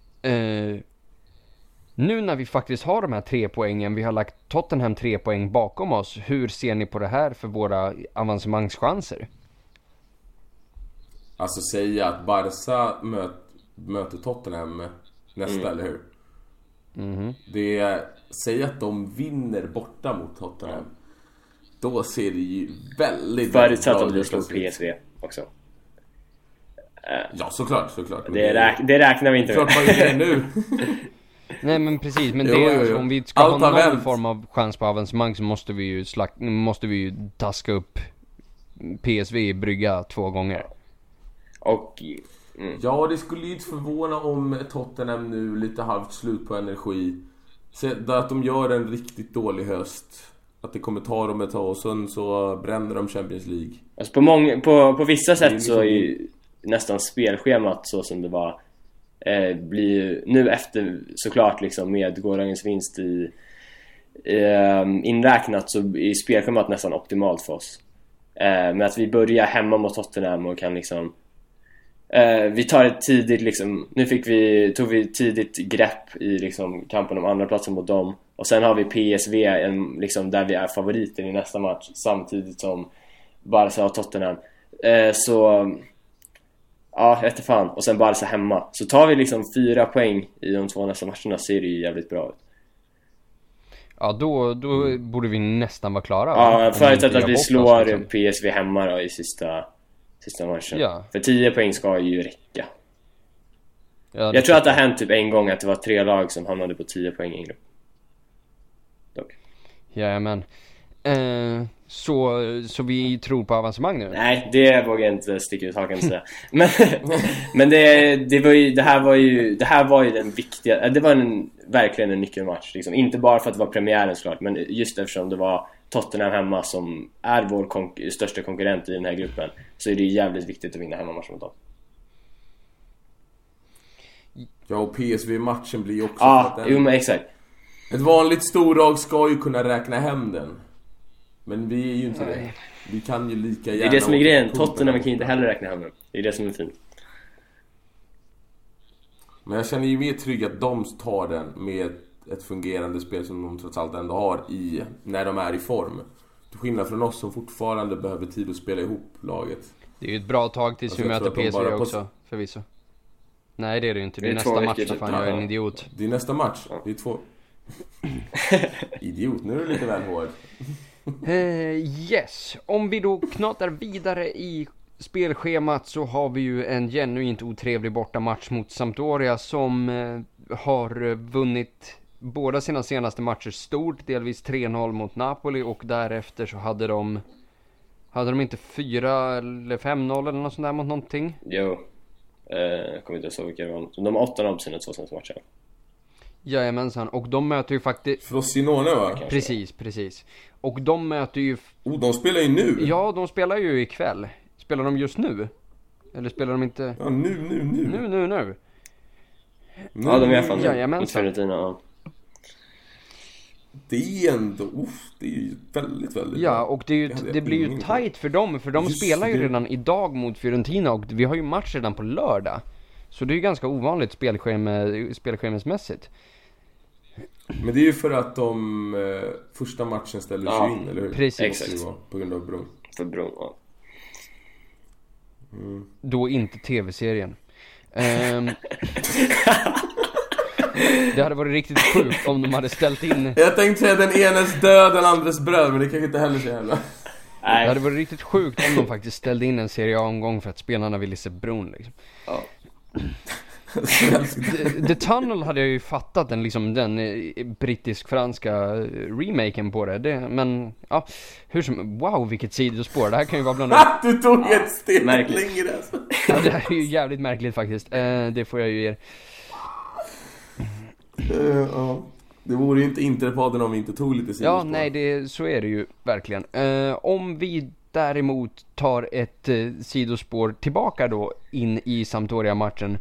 Nu när vi faktiskt har de här 3 poängen, vi har lagt Tottenham 3 poäng bakom oss. Hur ser ni på det här för våra avancemangschanser? Alltså säga att Barca möter Tottenham nästa, eller hur? Det är, säg att de vinner borta mot Tottenham. Då ser det ju väldigt förutsatt att vi slår PSV också. Ja, såklart. Det räknar vi inte med. Klart vad är det nu? Nej men precis, men det är om vi ska ha någon form av chans på avancemang så måste vi ju taska upp PSV i brygga 2 gånger. Och ja, det skulle ju inte förvåna om Tottenham nu lite halvt slut på energi. Så att de gör en riktigt dålig höst. Att det kommer ta dem ett tag och sen så bränner de Champions League. Alltså på vissa sätt så är ju nästan spelschemat så som det var blir nu efter såklart liksom med gårdagens vinst i inräknat, så är spelschemat nästan optimalt för oss. Med att vi börjar hemma mot Tottenham och kan liksom vi tar ett tidigt liksom, nu tog vi tidigt grepp i liksom kampen om andra platsen mot dem, och sen har vi PSV liksom, där vi är favoriter i nästa match samtidigt som Barca och Tottenham. Så ja, efter fan. Och sen Barca hemma. Så tar vi liksom 4 poäng i de 2 nästa matcherna, ser det ju jävligt bra ut. Ja, då borde vi nästan vara klara. Ja, förutsatt att vi slår liksom PSV hemma då i sista matchen. Ja. För 10 poäng ska ju räcka. Ja, jag tror att det har hänt typ en gång att det var 3 lag som hamnade på 10 poäng i en grupp. Dock. Jajamän. Så vi tror på avancemang nu? Nej, det vågar jag inte sticka ut hakan och säga. Men det här var ju den viktiga. Det var verkligen en nyckelmatch liksom. Inte bara för att det var premiären såklart, men just eftersom det var Tottenham hemma som är vår största konkurrent i den här gruppen, så är det jävligt viktigt att vinna hemmamatchen mot dem. Ja, och PSV-matchen blir ju också men exakt. Ett vanligt storlag ska ju kunna räkna hem den. Men vi är ju inte det. Vi kan ju lika gärna... Det är det som är grejen. Tottenham kan ju inte heller räkna hem den. Det är det som är fint. Men jag känner ju mer trygg att de tar den med ett fungerande spel som de trots allt ändå har när de är i form. Till skillnad från oss som fortfarande behöver tid att spela ihop laget. Det är ju ett bra tag tills vi möter PSV också, förvisso. Nej, det är det ju inte. Det är nästa match, så fan jag är en idiot. Det är nästa match. Det är 2... Idiot, nu är du lite väl hård. Yes, om vi då knatar vidare i spelschemat så har vi ju en genuint otrevlig bortamatch mot Sampdoria som har vunnit båda sina senaste matcher stort, delvis 3-0 mot Napoli, och därefter så hade de inte 4 eller 5-0 eller något sånt där mot någonting? Jo, jag kommer inte ihåg vilka det var. De har 8-0 på sina 2 senaste matcher. Jajamensan, och de möter ju faktiskt... Frosinone, va? Precis. Och de möter ju... de spelar ju nu! Ja, de spelar ju ikväll. Spelar de just nu? Eller spelar de inte... Ja, nu. Ja, de är fan Jajamensan. Det är ändå... det är ju väldigt, väldigt... Ja, och det blir ju tight för dem. För de spelar ju redan idag mot Fiorentina, och vi har ju match redan på lördag. Så det är ju ganska ovanligt spelschemamässigt. Men det är ju för att de första matchen ställer sig in, eller hur? Precis. Exakt. På grund av bron. För bron, ja. Då inte tv-serien. Det hade varit riktigt sjukt om de hade ställt in... Jag tänkte säga den enes död, den andres bröd, men det kanske inte heller så jävla. Det hade varit riktigt sjukt om de faktiskt ställde in en Serie A-omgång för att spelarna ville se bron liksom. Ja. The Tunnel hade jag ju fattat den brittisk-franska remaken på det. Men ja, hur som, wow vilket sidospår. Det här kan ju vara bland annat... Du tog ett steg längre alltså. Ja, det här är ju jävligt märkligt faktiskt. Det får jag ju ge er. Ja. Det vore ju inte Interpodden om vi inte tog lite sidospår. Ja, nej, så är det ju verkligen. Om vi däremot tar ett sidospår tillbaka då in i Sampdoria-matchen.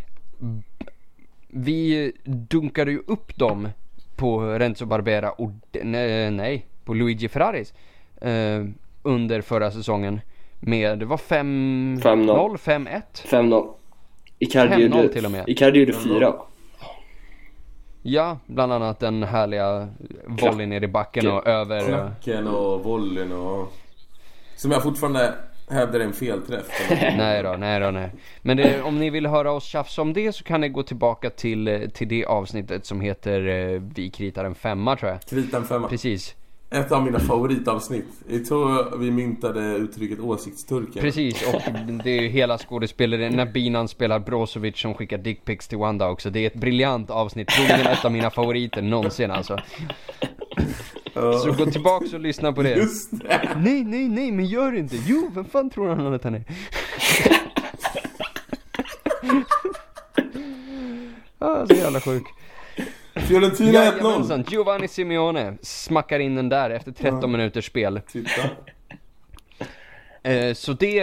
Vi dunkade ju upp dem på Renzo Barbera och på Luigi Ferraris under förra säsongen med, det var 5-0, 5-1? 5-0. 5-0 till och med. Icardi gjorde 4. Ja, bland annat den härliga volleyn ner i backen och över... Klacken och volleyn och... Som jag fortfarande hävdar en felträff. Nej då. Men om ni vill höra oss tjafsa om det så kan ni gå tillbaka till det avsnittet som heter Vi kritar en 5, tror jag. Krita en 5. Precis. Ett av mina favoritavsnitt. Jag tror vi myntade uttrycket åsiktsturken. Precis, och det är ju hela skådespelaren när Binan spelar Brozovic som skickar dickpics till Wanda också. Det är ett briljant avsnitt, troligen ett av mina favoriter någonsin alltså. Så gå tillbaka och lyssna på det. Just det. Nej, men gör inte. Jo, vem fan tror han att han är? Så jävla sjuk. Fiorentina 1-0. Giovanni Simeone smackar in den där efter 13 minuters spel. Titta. Så det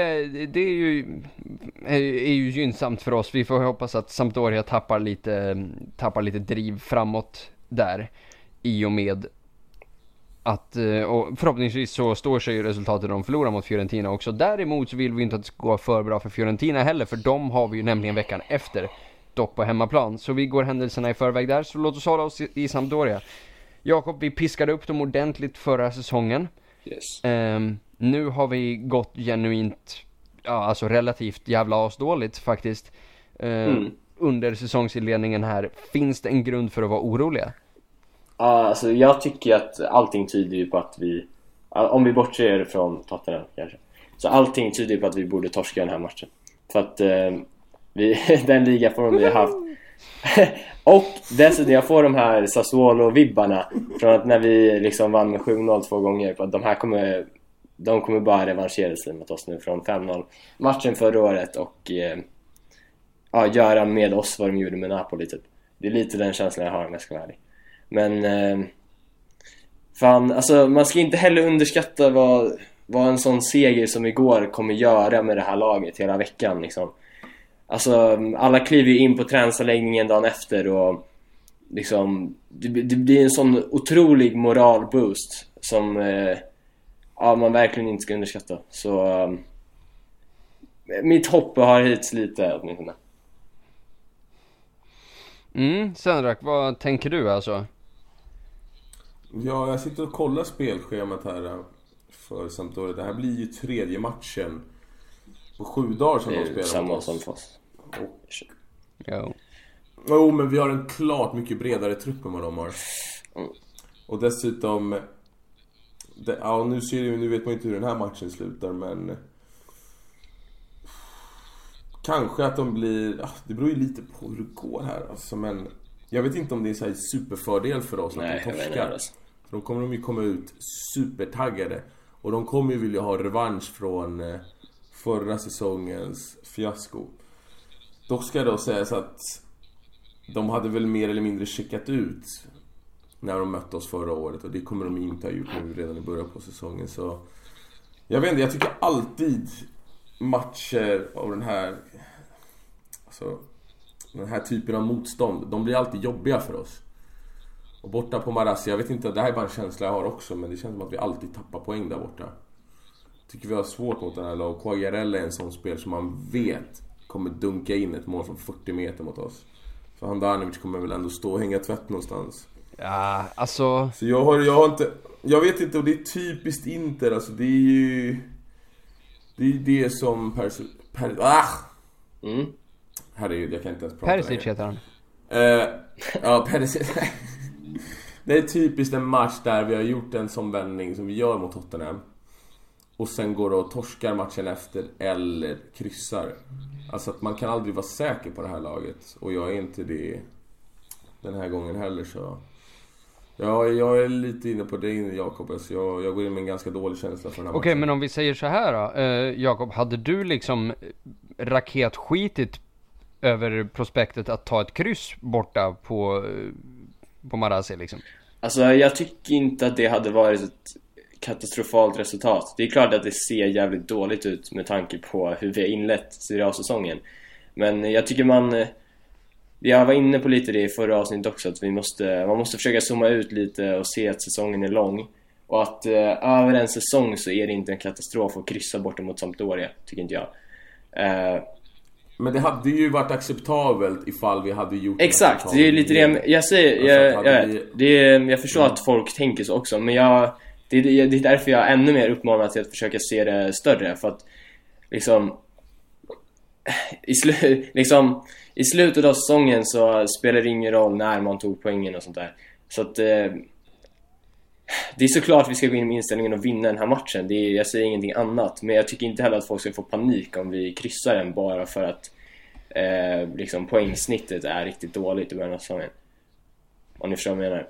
är ju gynnsamt för oss. Vi får hoppas att Sampdoria tappar lite driv framåt där i och med att, och förhoppningsvis så står sig ju resultatet de förlorar mot Fiorentina också. Däremot så vill vi inte att det ska gå för bra för Fiorentina heller, för de har vi ju nämligen veckan efter, dock på hemmaplan. Så vi går händelserna i förväg där, så låt oss hålla oss i Sampdoria. Jakob, vi piskade upp dem ordentligt förra säsongen. Yes. Nu har vi gått genuint, alltså relativt jävla asdåligt faktiskt. Under säsongsinledningen här. Finns det en grund för att vara oroliga? Ja, alltså jag tycker att allting tyder ju på att vi, om vi bortser från Tottenham kanske, så allting tyder ju på att vi borde torska den här matchen. För att den ligaformen vi har haft. Och dessutom jag får de här Sassuolo-vibbarna från att när vi liksom vann med 7-0 2 gånger, på att de kommer bara revanschera sig mot oss nu från 5-0 matchen förra året och göra med oss vad de gjorde med Napoli typ. Det är lite den känslan jag har om jag ska vara ärlig. Men fan, alltså man ska inte heller underskatta vad en sån seger som igår kommer göra med det här laget hela veckan liksom. Alltså alla kliver ju in på träningsanläggningen dagen efter och liksom det blir en sån otrolig moralboost som man verkligen inte ska underskatta. Så mitt hopp har hittills lite åtminstone. Sendrak, vad tänker du alltså? Ja, jag sitter och kollar spelschemat här för Sampdoria. Det här blir ju tredje matchen på 7 dagar som de spelar. Samma som för oss. Jo, men vi har en klart mycket bredare trupp än vad de har. Och dessutom nu vet man inte hur den här matchen slutar, men kanske att de blir, det beror ju lite på hur det går här alltså, men jag vet inte om det är en så här superfördel för oss att de torskar. För då kommer de ju komma ut supertaggade och de kommer ju vilja ha revansch från förra säsongens fiasko. Dock ska då sägas att de hade väl mer eller mindre checkat ut när de mötte oss förra året, och det kommer de inte ha gjort nu redan i början på säsongen. Så jag vet inte, jag tycker alltid matcher av den här typen av motstånd, de blir alltid jobbiga för oss. Och borta på Marassi, jag vet inte, det här är bara en känsla jag har också, men det känns som att vi alltid tappar poäng där borta. Tycker vi har svårt mot den här lag. Quagliarella är en sån spel som man vet kommer dunka in ett mål från 40 meter mot oss. För Handanovic kommer väl ändå stå och hänga tvätt någonstans. Ja, alltså... Så jag vet inte, och det är typiskt Inter, alltså det är ju... Det är det som Herregud, jag kan inte ens prata. Perisic heter han. Ja, Perisic. Det är typiskt en match där vi har gjort en sån vändning som vi gör mot Tottenham. Och sen går och torskar matchen efter eller kryssar. Alltså att man kan aldrig vara säker på det här laget. Och jag är inte det den här gången heller, så... Ja, jag är lite inne på det, Jakob. Så jag går in med en ganska dålig känsla för den här matchen. Okej, men om vi säger så här då. Jakob, hade du liksom raketskitit över prospektet att ta ett kryss borta på Marassi liksom? Alltså jag tycker inte att det hade varit ett katastrofalt resultat. Det är klart att det ser jävligt dåligt ut med tanke på hur vi har inlett Serie A-säsongen. Men jag tycker jag var inne på lite det i förra avsnittet också, att man måste försöka zooma ut lite och se att säsongen är lång. Och att över en säsong så är det inte en katastrof att kryssa bort mot Sampdoria, tycker inte jag. Men det hade ju varit acceptabelt ifall vi hade gjort... Exakt, det är lite det jag säger. Jag förstår att folk tänker så också, men det är därför jag ännu mer uppmanar till att försöka se det större. För att liksom i slutet av säsongen så spelar det ingen roll när man tog poängen och sånt där. Så att det är såklart vi ska gå in med inställningen och vinna den här matchen. Jag säger ingenting annat. Men jag tycker inte heller att folk ska få panik om vi kryssar den bara för att liksom poängsnittet är riktigt dåligt i början av säsongen. Om ni förstår vad jag menar.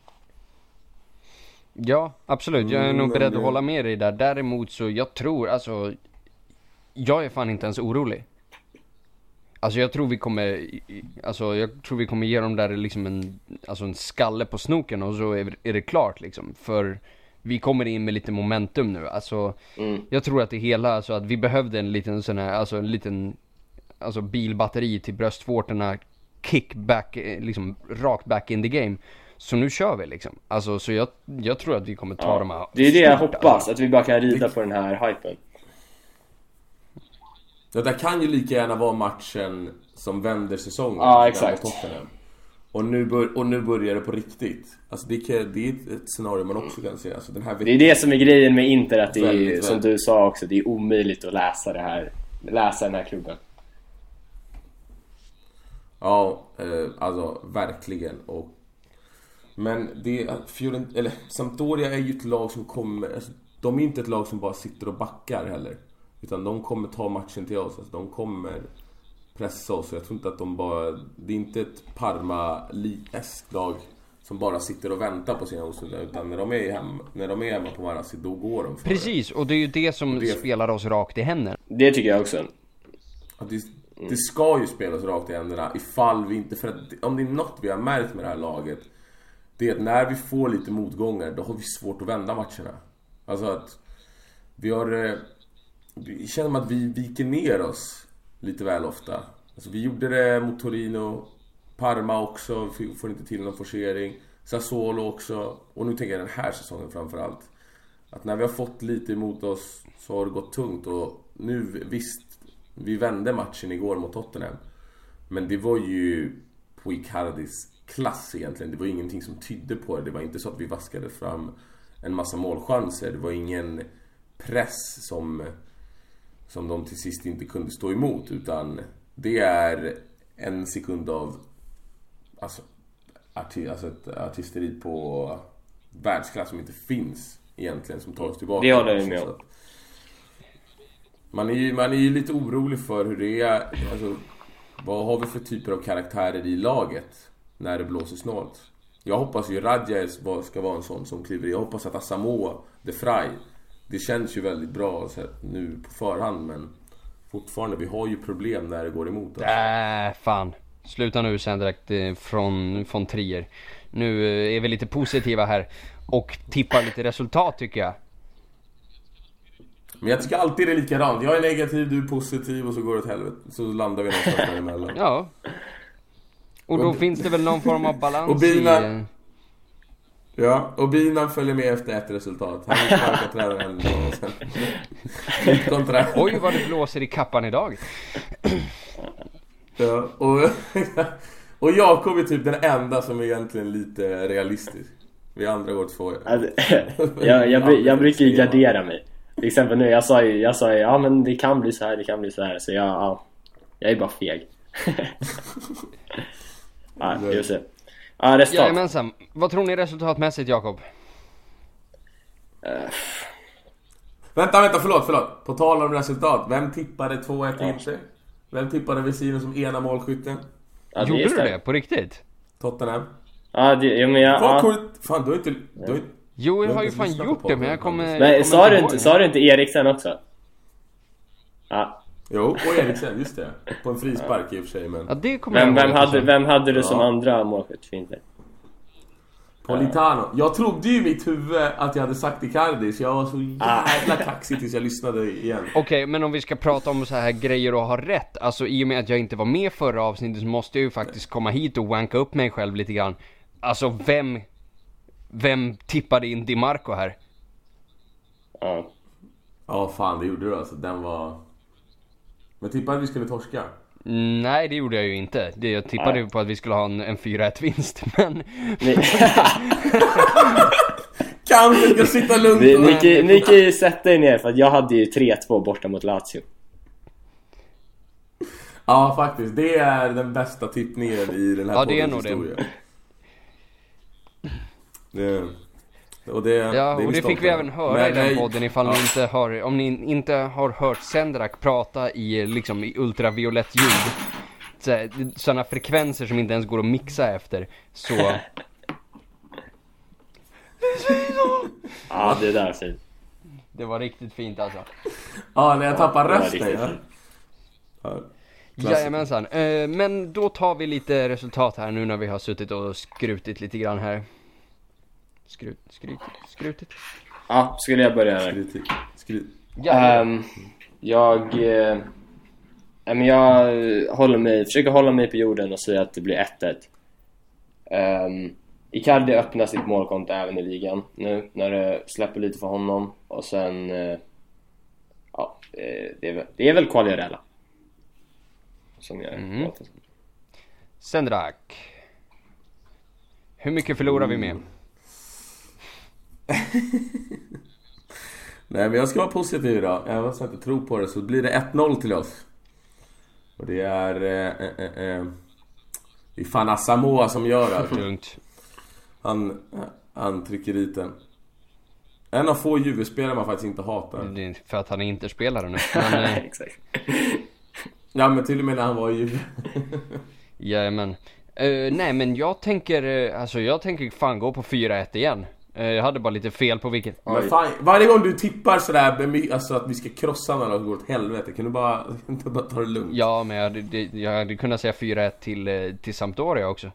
Ja, absolut. Jag är nog beredd att hålla med dig där. Däremot så jag tror är fan inte ens orolig. Alltså jag tror vi kommer ge dem där liksom en skalle på snoken och så är det klart liksom. För vi kommer in med lite momentum nu. Alltså jag tror att det hela, alltså att vi behövde en liten sån här, bilbatteri till bröstvårtorna, kickback liksom rakt back in the game. Så nu kör vi liksom. Alltså så jag tror att vi kommer ta de här. Det är det jag hoppas, att vi bara kan rida på den här hypen. Det där kan ju lika gärna vara matchen som vänder säsongen. Ja, exakt. Och nu börjar det på riktigt. Alltså det är ett scenario man också kan se. Alltså det är det som är grejen med Inter, att det är, som du sa också, det är omöjligt att läsa den här klubben. Ja, alltså verkligen. Men Sampdoria är ju ett lag som kommer, alltså, de är inte ett lag som bara sitter och backar heller. Utan de kommer ta matchen till oss. Alltså, de kommer pressa oss. Jag tror inte att det är inte ett Parma-eskt lag som bara sitter och väntar på sina osynliga. Utan när de är hemma på Marassi, då går de för Precis, och det är ju det som spelar oss rakt i händerna. Det tycker jag också. Det ska ju spelas rakt i händerna ifall vi inte... För att om det är något vi har märkt med det här laget, det är att när vi får lite motgångar, då har vi svårt att vända matcherna. Alltså att vi känner att vi viker ner oss lite väl ofta. Alltså vi gjorde det mot Torino, Parma också, vi får inte till någon forcering, Sassuolo också, och nu tänker jag den här säsongen framförallt. Att när vi har fått lite emot oss så har det gått tungt, och nu visst, vi vände matchen igår mot Tottenham. Men det var ju på Icardis klass egentligen. Det var ingenting som tydde på det. Det var inte så att vi vaskade fram en massa målchanser. Det var ingen press som de till sist inte kunde stå emot. Utan det är en sekund av ett artisteri på världsklass som inte finns egentligen, som tar oss tillbaka. Det håller jag med om. Man är ju lite orolig för hur det är. Alltså, vad har vi för typer av karaktärer i laget när det blåser snålt? Jag hoppas ju Radja ska vara en sån som kliver i. Jag hoppas att Asamoah, De Vrij, det känns ju väldigt bra så nu på förhand, men fortfarande, vi har ju problem när det går emot oss. Fan. Sluta nu sen direkt från Trier. Nu är vi lite positiva här och tippar lite resultat, tycker jag. Men jag tycker alltid det är likadant. Jag är negativ, du är positiv, och så går det åt helvete. Så landar vi någonstans däremellan. Ja. Och då finns det väl någon form av balans och Bina, ja, och Bina följer med efter ett resultat. Han är starka tränaren. Oj, vad det blåser i kappan idag. Ja, och Jakob är typ den enda som är egentligen lite realistisk. Vi andra går två. Jag brukar ju gardera mig. Till exempel nu, jag sa ja, men det kan bli så här, det kan bli så här. Så jag är bara feg. just det. Resultat. Jajamensan. Vad tror ni resultatmässigt, Jakob? Vänta, förlåt. På tal om resultat. Vem tippade 2-1 Inter? Vem tippade Vesino som ena målskytten? Gjorde du det på riktigt? Tottenham. Men Fan, du har inte... Jo, jag har ju fan gjort det, men jag kommer... Nej, sa du inte Eriksen också? Ja. Jo, och Eriksen, just det. På en frispark i och för sig, men... Ja, det kommer Vem hade du som andra målskytt för Inter? Politano. Jag trodde ju i mitt huvud att jag hade sagt Icardi, så jag var så jävla kaxig tills jag lyssnade igen. Okej, men om vi ska prata om så här grejer och ha rätt. Alltså i och med att jag inte var med förra avsnittet så måste jag ju faktiskt komma hit och wanka upp mig själv lite grann. Alltså vem tippade in Di Marco här? Ja, fan, det gjorde du alltså. Den var... Men tippade vi skulle torska? Nej, det gjorde jag ju inte. Jag tippade ju på att vi skulle ha en 4-1 vinst, men... Kanske ska sitta lugnt. Ni kan ju sätta er ner, för att jag hade ju 3-2 borta mot Lazio. Ja, faktiskt. Det är den bästa tippningen i den här poddens historia. Och det fick vi även höra i den podden ifall om ni inte har hört Sendrak prata i ultraviolett ljud, sådana frekvenser som inte ens går att mixa efter, så ja, det där är fint. Det var riktigt fint alltså. Ja, när jag tappar rösten. Jajamensan. Men då tar vi lite resultat här nu när vi har suttit och skrutit lite grann här. Skrutit. Ja, skulle jag börja här? Jag försöker hålla mig på jorden och säga att det blir 1-1. Icardi öppnar sitt målkonto även i ligan nu när det släpper lite för honom. Och sen det är väl Quagliarella som jag Sendrak. Hur mycket förlorar vi med? Nej, men jag ska vara positiv idag. Jag ska inte tro på det, så blir det 1-0 till oss. Och det är det är fan Asamoah som gör det. Lugnt. Han trycker dit den. En av få Juve-spelare man faktiskt inte hatar. Det är för att han är Inter-spelare nu. Men, exakt. Ja, men till och med när han var i Juve. Jajamän. Nej, men jag tänker fan gå på 4-1 igen. Jag hade bara lite fel på vilket. Men fan, varje gång du tippar sådär, alltså att vi ska krossa någon och gå åt helvete, kan du bara ta det lugnt? Ja, men jag hade kunnat säga 4-1 till Sampdoria också.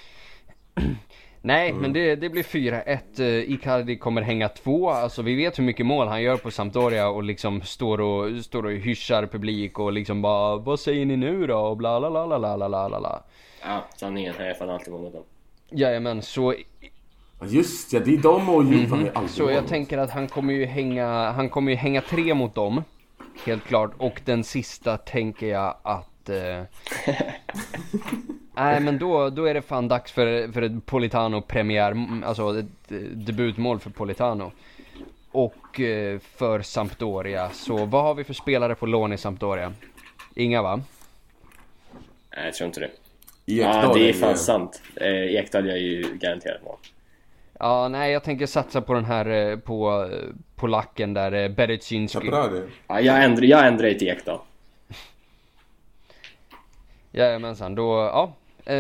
Nej, men det blir 4-1. Icardi kommer hänga 2. Alltså vi vet hur mycket mål han gör på Sampdoria och liksom står och hyschar publik och liksom bara, vad säger ni nu då? Och bla bla bla bla bla bla. Ja, sanningen är fan alltid mot dem. Jajamän, så just ja, det är de och Juve. Så jag tänker att han kommer ju hänga 3 mot dem. Helt klart. Och den sista tänker jag att nej, men då är det fan dags för ett Politano-premiär. Alltså ett debutmål för Politano. Och för Sampdoria. Så vad har vi för spelare på lån i Sampdoria? Inga, va? Nej, jag tror inte det. Ekdal, det är fan sant. Ekdal gör ju garanterat mål. Ja, nej, jag tänker satsa på den här på polacken där, Berezinski. Ja, jag ändrar till Ekdal. Jajamensan, då, ja.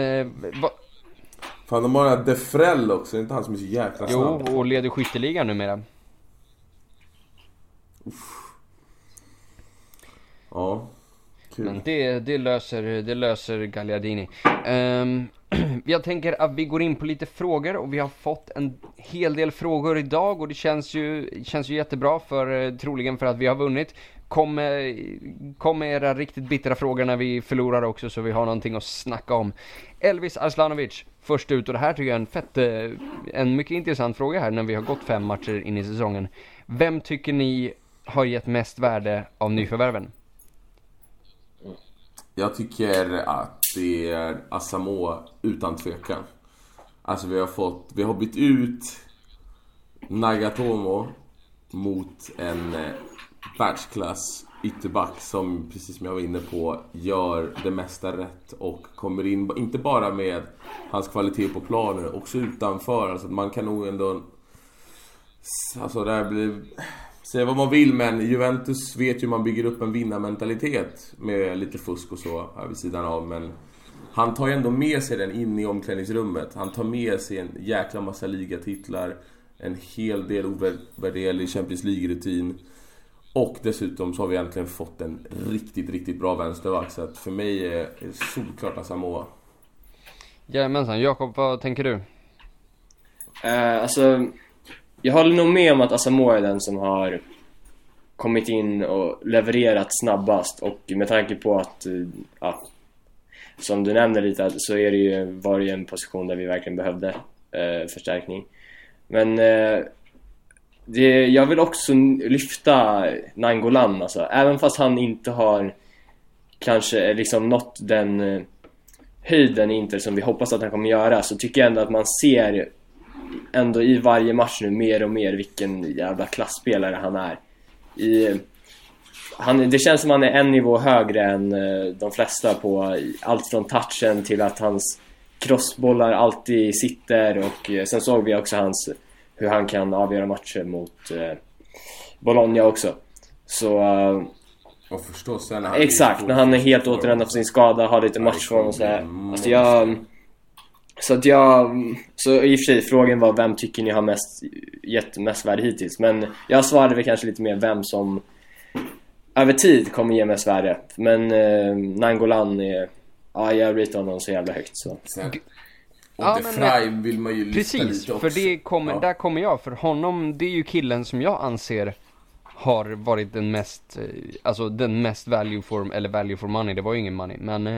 Fan, de har Defrell också, det är inte han som är så jäkla snabb. Jo, och leder skytteligan numera. Ja, kul. Men det löser Gagliardini. Jag tänker att vi går in på lite frågor, och vi har fått en hel del frågor idag, och det känns ju jättebra, troligen för att vi har vunnit. Kom med era riktigt bittra frågor när vi förlorar också, så vi har någonting att snacka om. Elvis Arslanovic först ut, och det här tycker jag är en mycket intressant fråga här när vi har gått 5 matcher in i säsongen. Vem tycker ni har gett mest värde av nyförvärven? Jag tycker att det är Asamoah utan tvekan. Alltså vi har bytt ut Nagatomo mot en världsklass ytterback som, precis som jag var inne på, gör det mesta rätt och kommer in, inte bara med hans kvalitet på planen, också utanför. Alltså man kan nog ändå, alltså det här blir, säga vad man vill, men Juventus vet ju man bygger upp en vinnarmentalitet med lite fusk och så här vid sidan av, men han tar ju ändå med sig den in i omklädningsrummet. Han tar med sig en jäkla massa ligatitlar, en hel del ovärderlig Champions League-rutin. Och dessutom så har vi egentligen fått en riktigt, riktigt bra vänsterback. Så att för mig är det solklart Asamoah. Jajamensan. Jakob, vad tänker du? Alltså, jag håller nog med om att Asamoah är den som har kommit in och levererat snabbast. Och med tanke på att, som du nämnde lite, så är det ju, var det en position där vi verkligen behövde förstärkning. Men jag vill också lyfta Nainggolan, alltså. Även fast han inte har kanske liksom nått den höjden i Inter som vi hoppas att han kommer göra, så tycker jag ändå att man ser ändå i varje match nu mer och mer vilken jävla klassspelare han är. Det känns som han är en nivå högre än de flesta på allt från touchen till att hans crossbollar alltid sitter, och sen såg vi också hur han kan avgöra matcher mot Bologna också. Så och förstås sen exakt, när han är helt återvänd från sin skada, har lite matchform och sådär. Så i och för sig, frågan var vem tycker ni har gett mest värde hittills, men jag svarade väl kanske lite mer vem som över tid kommer ge mest värde. Men Nainggolan är, jag ratear honom så jävla högt så. Och Frey vill man ju lyfta lite också. För där kommer jag. För honom, det är ju killen som jag anser har varit den mest value for money. Det var ju ingen money,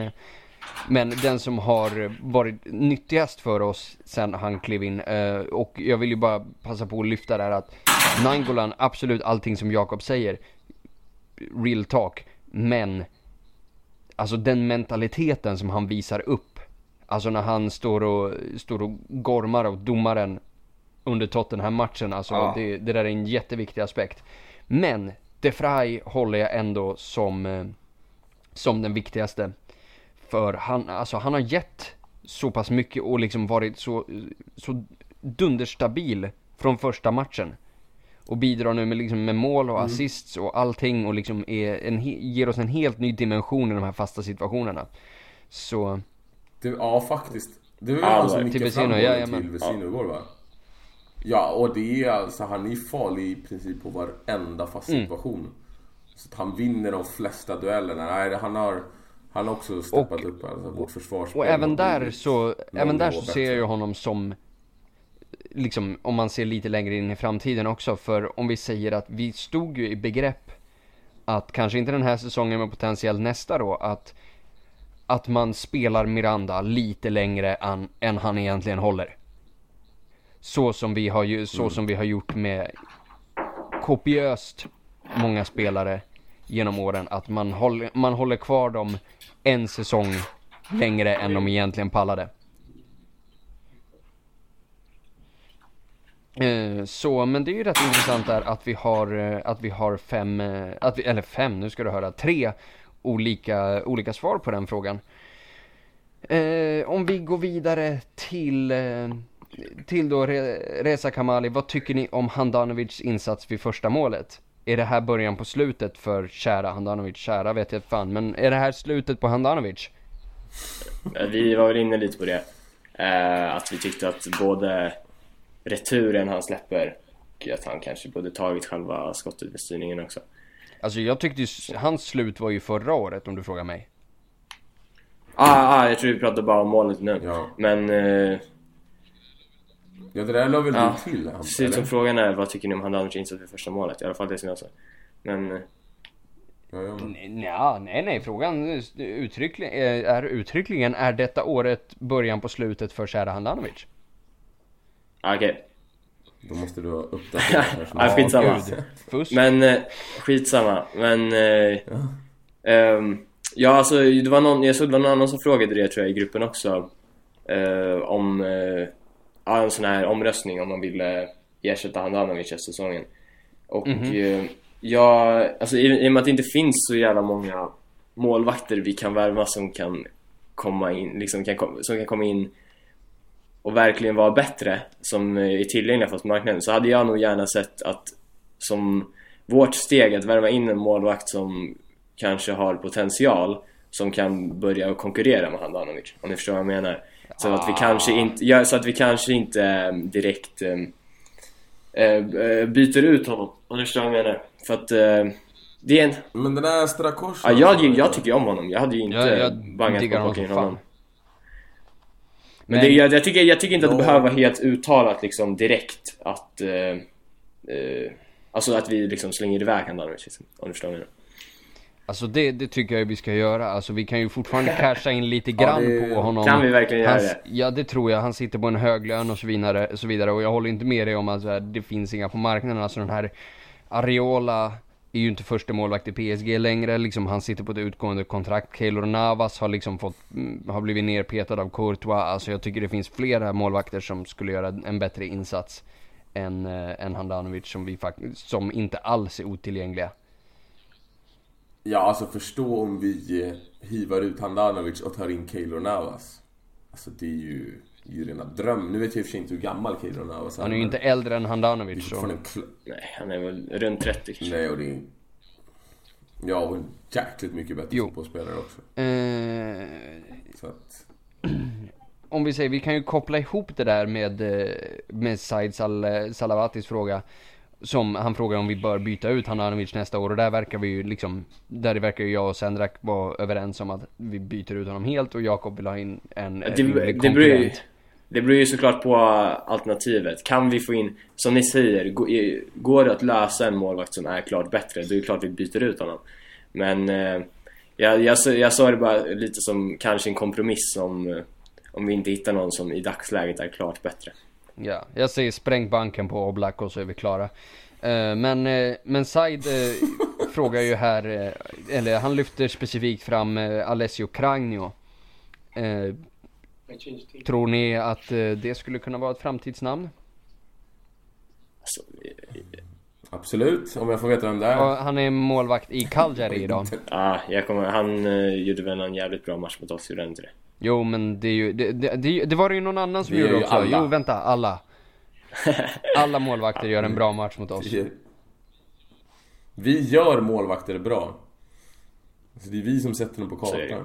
men den som har varit nyttigast för oss sen han klev in. Och jag vill ju bara passa på att lyfta där att Nainggolan, absolut allting som Jakob säger, real talk, men alltså den mentaliteten som han visar upp, alltså när han står och gormar åt domaren under Tottenham-matchen, alltså det där är en jätteviktig aspekt. Men De Vrij håller jag ändå som den viktigaste, för han har gett så pass mycket och liksom varit så dunderstabil från första matchen. Och bidrar nu med mål och assists och allting, och liksom ger oss en helt ny dimension i de här fasta situationerna. Så faktiskt. Det var alltså mycket framåt till Vecino igår, va? Ja, och det är alltså, han är farlig i princip på varenda fast situation. Så att han vinner de flesta duellerna. Nej, han har också steppat upp, alltså, vårt försvarsspel. Och även där så ser jag ju honom som, liksom, om man ser lite längre in i framtiden också. För om vi säger att vi stod ju i begrepp att kanske inte den här säsongen, men potentiellt nästa då, att man spelar Miranda lite längre än han egentligen håller. Så som vi har gjort med kopiöst många spelare genom åren, att man håller kvar dem en säsong längre än de egentligen pallade. Men det är ju rätt intressant där att vi har tre olika svar på den frågan. Om vi går vidare till då Reza Kamali, vad tycker ni om Handanovics insats vid första målet? Är det här början på slutet för kära Handanovic? Kära vet jag fan, men är det här slutet på Handanovic? Vi var väl inne lite på det. Att vi tyckte att både returen han släpper och att han kanske borde tagit själva skottet med styrningen också. Alltså jag tyckte hans slut var ju förra året, om du frågar mig. Jag tror vi pratar bara om målet nu. Ja. Men ja, det där låg väl du till. Det ut som frågan är, vad tycker ni om Handanovic insats vid första målet? I alla fall det som jag sa. Men nej, frågan uttryckligen är detta året början på slutet för kära Handanovic. Okej. Då måste du ha uppdaterat här. Skitsamma. Men skitsamma. Men ja, alltså det var någon annan som frågade det, tror jag, i gruppen också, om en sån här omröstning om man ville ersätta Handanovic i säsongen. Och Alltså i och med att det inte finns så jävla många målvakter vi kan värva som kan komma in, liksom som kan komma in och verkligen vara bättre, som är tillgängliga på marknaden, så hade jag nog gärna sett att som vårt steg att värva in en målvakt som kanske har potential, som kan börja konkurrera med Handanovic, om ni förstår vad jag menar. Så att vi kanske inte direkt byter ut honom, om ni förstår vad jag menar. För att det är en... Men den där Strakosha... Ja, jag tycker om honom. Jag hade ju inte bangat på honom. Men jag tycker inte att det behöver vara helt uttalat liksom direkt att alltså att vi liksom slänger iväg Handanovic, liksom, om du förstår vad jag menar. Alltså det tycker jag vi ska göra. Alltså vi kan ju fortfarande casha in lite grann på honom. Kan vi verkligen göra det? Ja, det tror jag. Han sitter på en hög lön och så vidare. Och jag håller inte med dig om att det finns inga på marknaden. Alltså den här Areola är ju inte första målvakt i PSG längre. Liksom, han sitter på ett utgående kontrakt. Keylor Navas har blivit nerpetad av Courtois. Alltså jag tycker det finns flera målvakter som skulle göra en bättre insats än Handanovic, som inte alls är otillgängliga. Ja, alltså förstå om vi hivar ut Handanovic och tar in Keylor Navas. Alltså det är ju rena dröm. Nu vet jag i och för sig inte hur gammal Keylor Navas är. Han är ju inte äldre än Handanovic. Så. Nej, han är väl runt 30 kanske. Nej, och det är... Ja, och en jäkligt mycket bättre fotbollsspelare också. Så att... Om vi säger, vi kan ju koppla ihop det där med Said Salavatis fråga. Som han frågar om vi bör byta ut Handanovic nästa år. Och där verkar ju jag och Sendrak vara överens om att vi byter ut honom helt. Och Jakob vill ha in en konkurrent. Det beror ju såklart på alternativet. Kan vi få in, som ni säger, går det att lösa en målvakt som är klart bättre, då är det klart vi byter ut honom. Men jag sa det bara lite som kanske en kompromiss om vi inte hittar någon som i dagsläget är klart bättre. Ja, jag säger spräng banken på Oblak och så är vi klara. Men Said frågar ju här, eller han lyfter specifikt fram Alessio Cragno. Tror ni att det skulle kunna vara ett framtidsnamn? Alltså, Absolut, om jag får veta vem det är. Han är målvakt i Cagliari idag. Ja, han gjorde väl en jävligt bra match mot oss, gjorde han inte det? Jo, men det är ju det var det ju någon annan som gjorde också. Alla. Jo, vänta, alla målvakter gör en bra match mot oss. Vi gör målvakter bra. Så det är vi som sätter dem på kartan.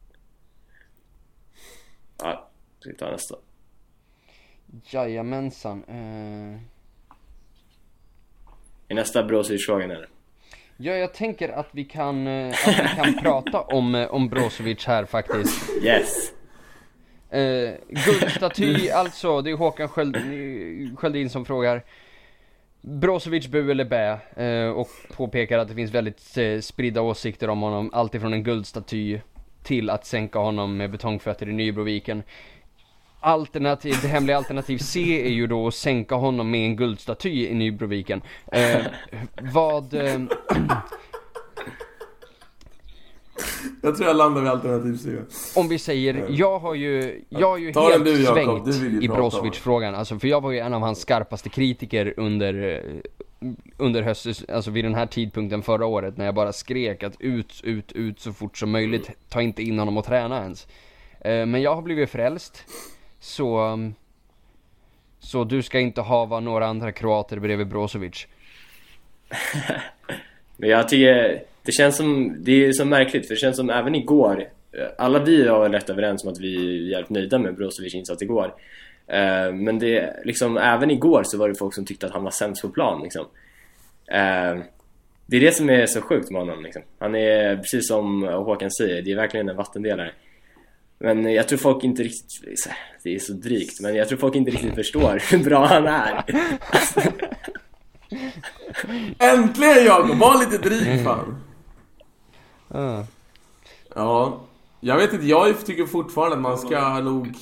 Ja, ska vi ta nästa. Jajamensan. Är nästa Brozovic-frågan eller? Ja, jag tänker att vi kan prata om Brozovic här faktiskt. Yes. Guldstaty, alltså, det är Håkan Sköldin som frågar Brozovic bu eller bä, och påpekar att det finns väldigt spridda åsikter om honom, alltifrån en guldstaty till att sänka honom med betongfötter i Nybroviken. Det hemliga alternativ C är ju då att sänka honom med en guldstaty i Nybroviken. Jag tror jag landar vid alternativ C. Om vi säger, jag har ju helt svängt i Brozovic-frågan. Alltså, för jag var ju en av hans skarpaste kritiker under hösten, alltså vid den här tidpunkten förra året, när jag bara skrek att ut så fort som möjligt, ta inte in honom och träna ens. Men jag har blivit frälst, så du ska inte ha några andra kroater bredvid Brozovic. Men jag tycker det är så märkligt, för det känns som även igår, alla vi var rätt överens om att vi är jävligt nöjda med Brozovic insats igår. Men det liksom, även igår så var det folk som tyckte att han var sämst på plan liksom. Det är det som är så sjukt med honom liksom. Han är, precis som Håkan säger, det är verkligen en vattendelare. Men jag tror folk inte riktigt, det är så drygt, men jag tror folk inte riktigt förstår hur bra han är. Äntligen, Jakob, var lite dryg fan. Ja, jag vet inte, jag tycker fortfarande att man ska nog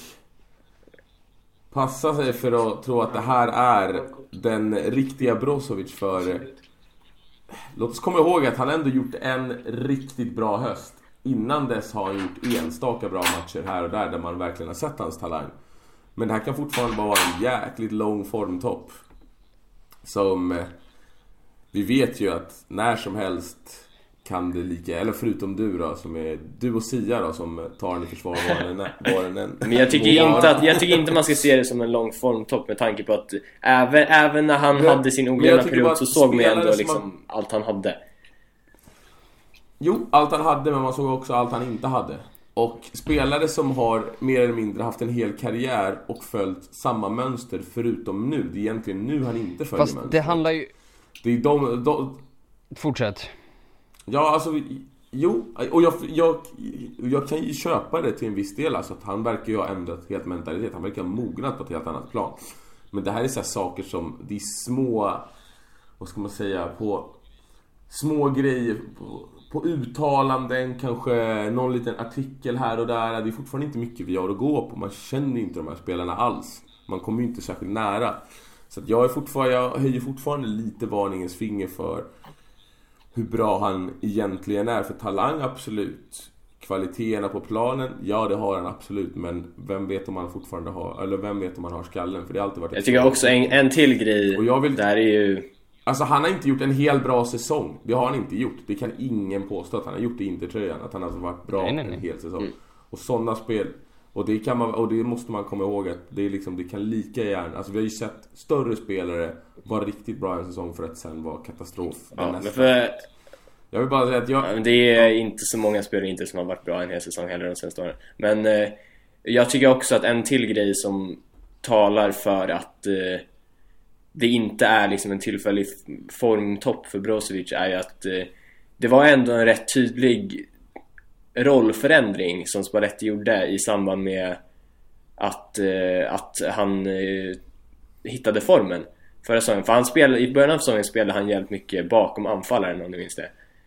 passa sig för att tro att det här är den riktiga Brozovic. För låt oss komma ihåg att han ändå gjort en riktigt bra höst. Innan dess har han gjort enstaka bra matcher här och där man verkligen har sett hans talang. Men det här kan fortfarande bara vara en jäkligt lång formtopp som vi vet ju att när som helst kan det lika, eller förutom du då, som är du och Sia då, som tar den i försvar var den än. Men jag tycker inte man ska se det som en lång formtopp, med tanke på att även när han hade sin ojämna period så såg man ändå liksom allt han hade. Jo, allt han hade, men man såg också allt han inte hade. Och spelare som har mer eller mindre haft en hel karriär och följt samma mönster förutom nu. Det är egentligen nu han inte följer fast mönster. Det handlar ju... Det är de... Fortsätt. Ja, alltså... Jo, och jag kan ju köpa det till en viss del. Alltså att han verkar ju ha ändrat helt mentalitet. Han verkar ha mognat på ett helt annat plan. Men det här är så här saker som... Det är små... Vad ska man säga? På små grejer... På uttalanden, kanske någon liten artikel här och där. Det är fortfarande inte mycket vi har att gå på. Man känner inte de här spelarna alls. Man kommer ju inte särskilt nära. Så att jag höjer fortfarande lite varningens finger för hur bra han egentligen är. För talang, absolut. Kvaliteterna på planen, ja, det har han absolut. Men vem vet om han fortfarande har, eller vem vet om han har skallen? För det har alltid varit... Jag tycker också en till grej. Och jag vill... Där är ju... Alltså han har inte gjort en hel bra säsong. Det har han inte gjort. Det kan ingen påstå att han har gjort i Intertröjan. Att han har varit bra en hel säsong. Och sådana spel. Och det måste man komma ihåg, att det är liksom, det kan lika gärna. Alltså vi har ju sett större spelare vara riktigt bra en säsong för att sen vara katastrof. Ja, men för... Jag vill bara säga att det är inte så många spelare inte som har varit bra en hel säsong heller de senaste åren. Men jag tycker också att en till grej som talar för att det inte är liksom en tillfällig formtopp för Brozovic är ju att det var ändå en rätt tydlig rollförändring som Spalletti gjorde i samband med att han hittade formen förra säsongen. För han spelade, i början av säsongen spelade han jävligt mycket bakom anfallaren, om du minns det.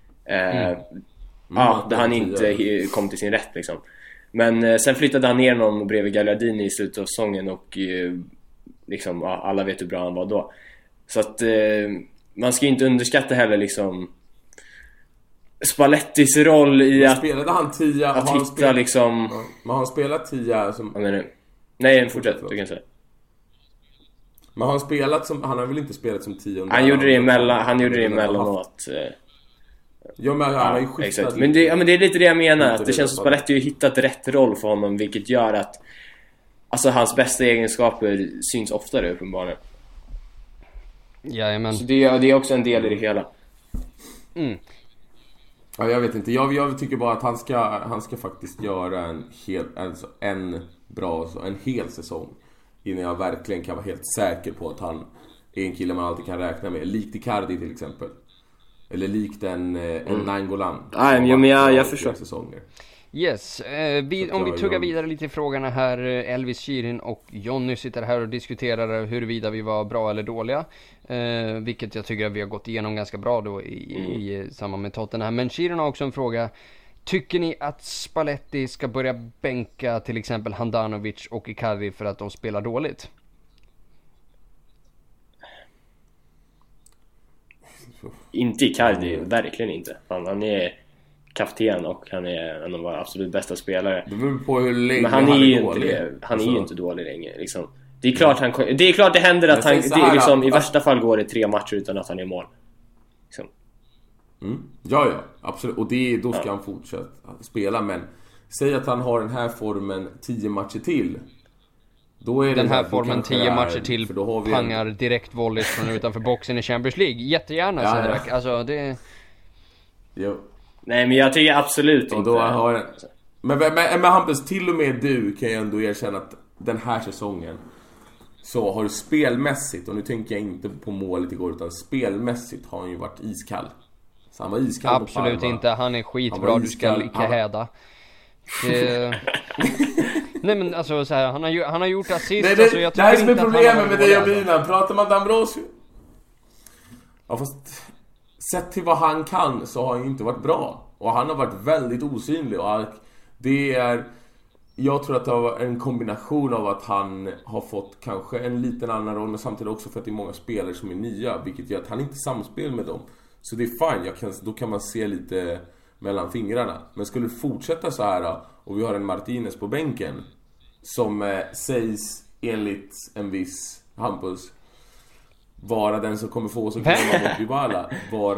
Där han inte kom till sin rätt liksom. Men sen flyttade han ner någon bredvid Gagliardini i slutet av säsongen och liksom, alla vet hur bra han var då. Så att man ska inte underskatta heller liksom Spallettis roll i att spelade han 10 att hitta spelat, liksom... Men han spelat 10 som... Nej, fortsätt, du kan säga. Men han spelat som... Han har väl inte spelat som 10? Han gjorde det emellanåt. Ja, men han har ju skiftat. Exakt. Men det är lite det jag menar, att det känns som Spalletti har hittat rätt roll för honom, vilket gör att alltså hans bästa egenskaper syns oftare uppenbarligen. Jajamän. Så det är också en del i det hela. Ja, jag vet inte. Jag tycker bara att han ska faktiskt göra en hel säsong innan jag verkligen kan vara helt säker på att han är en kille man alltid kan räkna med. Likt Icardi till exempel. Eller likt en Nainggolan. Men jag förstår. Säsonger. Yes, om vi tuggar vidare lite i frågorna här. Elvis Shirin och Jonny sitter här och diskuterar huruvida vi var bra eller dåliga. Vilket jag tycker att vi har gått igenom ganska bra då i samband med Tottenham. Men Shirin har också en fråga. Tycker ni att Spalletti ska börja bänka till exempel Handanovic och Icardi för att de spelar dåligt? Inte Icardi, verkligen inte. Han är kapten och han är en av våra absolut bästa spelare. Det beror på hur länge. Men han är ju inte det. Han är ju inte dålig längre liksom. Det är klart det händer att han liksom, i värsta fall går det 3 matcher utan att han är mål. Liksom. Ja, absolut. Och då ska han fortsätta spela. Men säg att han har den här formen 10 matcher till. Då är den här formen 10 matcher till pangar direkt volleys från utanför boxen i Champions League. Jättegärna, Cedric. Alltså det... Jo. Nej, men jag tycker absolut inte. Då har men Hampus, till och med du kan ju ändå erkänna att den här säsongen så har du spelmässigt, och nu tänker jag inte på målet igår utan spelmässigt har han ju varit iskall. Så han var iskall. Absolut inte, han är skitbra, du ska icke häda. Nej men alltså så här, han har gjort assist. Det här är som är problemet med dig och Bina. Pratar man D'Ambrosio? Ja, fast sett till vad han kan så har han inte varit bra. Och han har varit väldigt osynlig. Och jag tror att det var en kombination av att han har fått kanske en liten annan roll, men samtidigt också för att det är många spelare som är nya, vilket gör att han inte samspel med dem. Så det är fine, då kan man se lite mellan fingrarna. Men skulle det fortsätta så här och vi har en Martinez på bänken som sägs enligt en viss Hampus vara den som kommer få oss att glömma bort Dybala,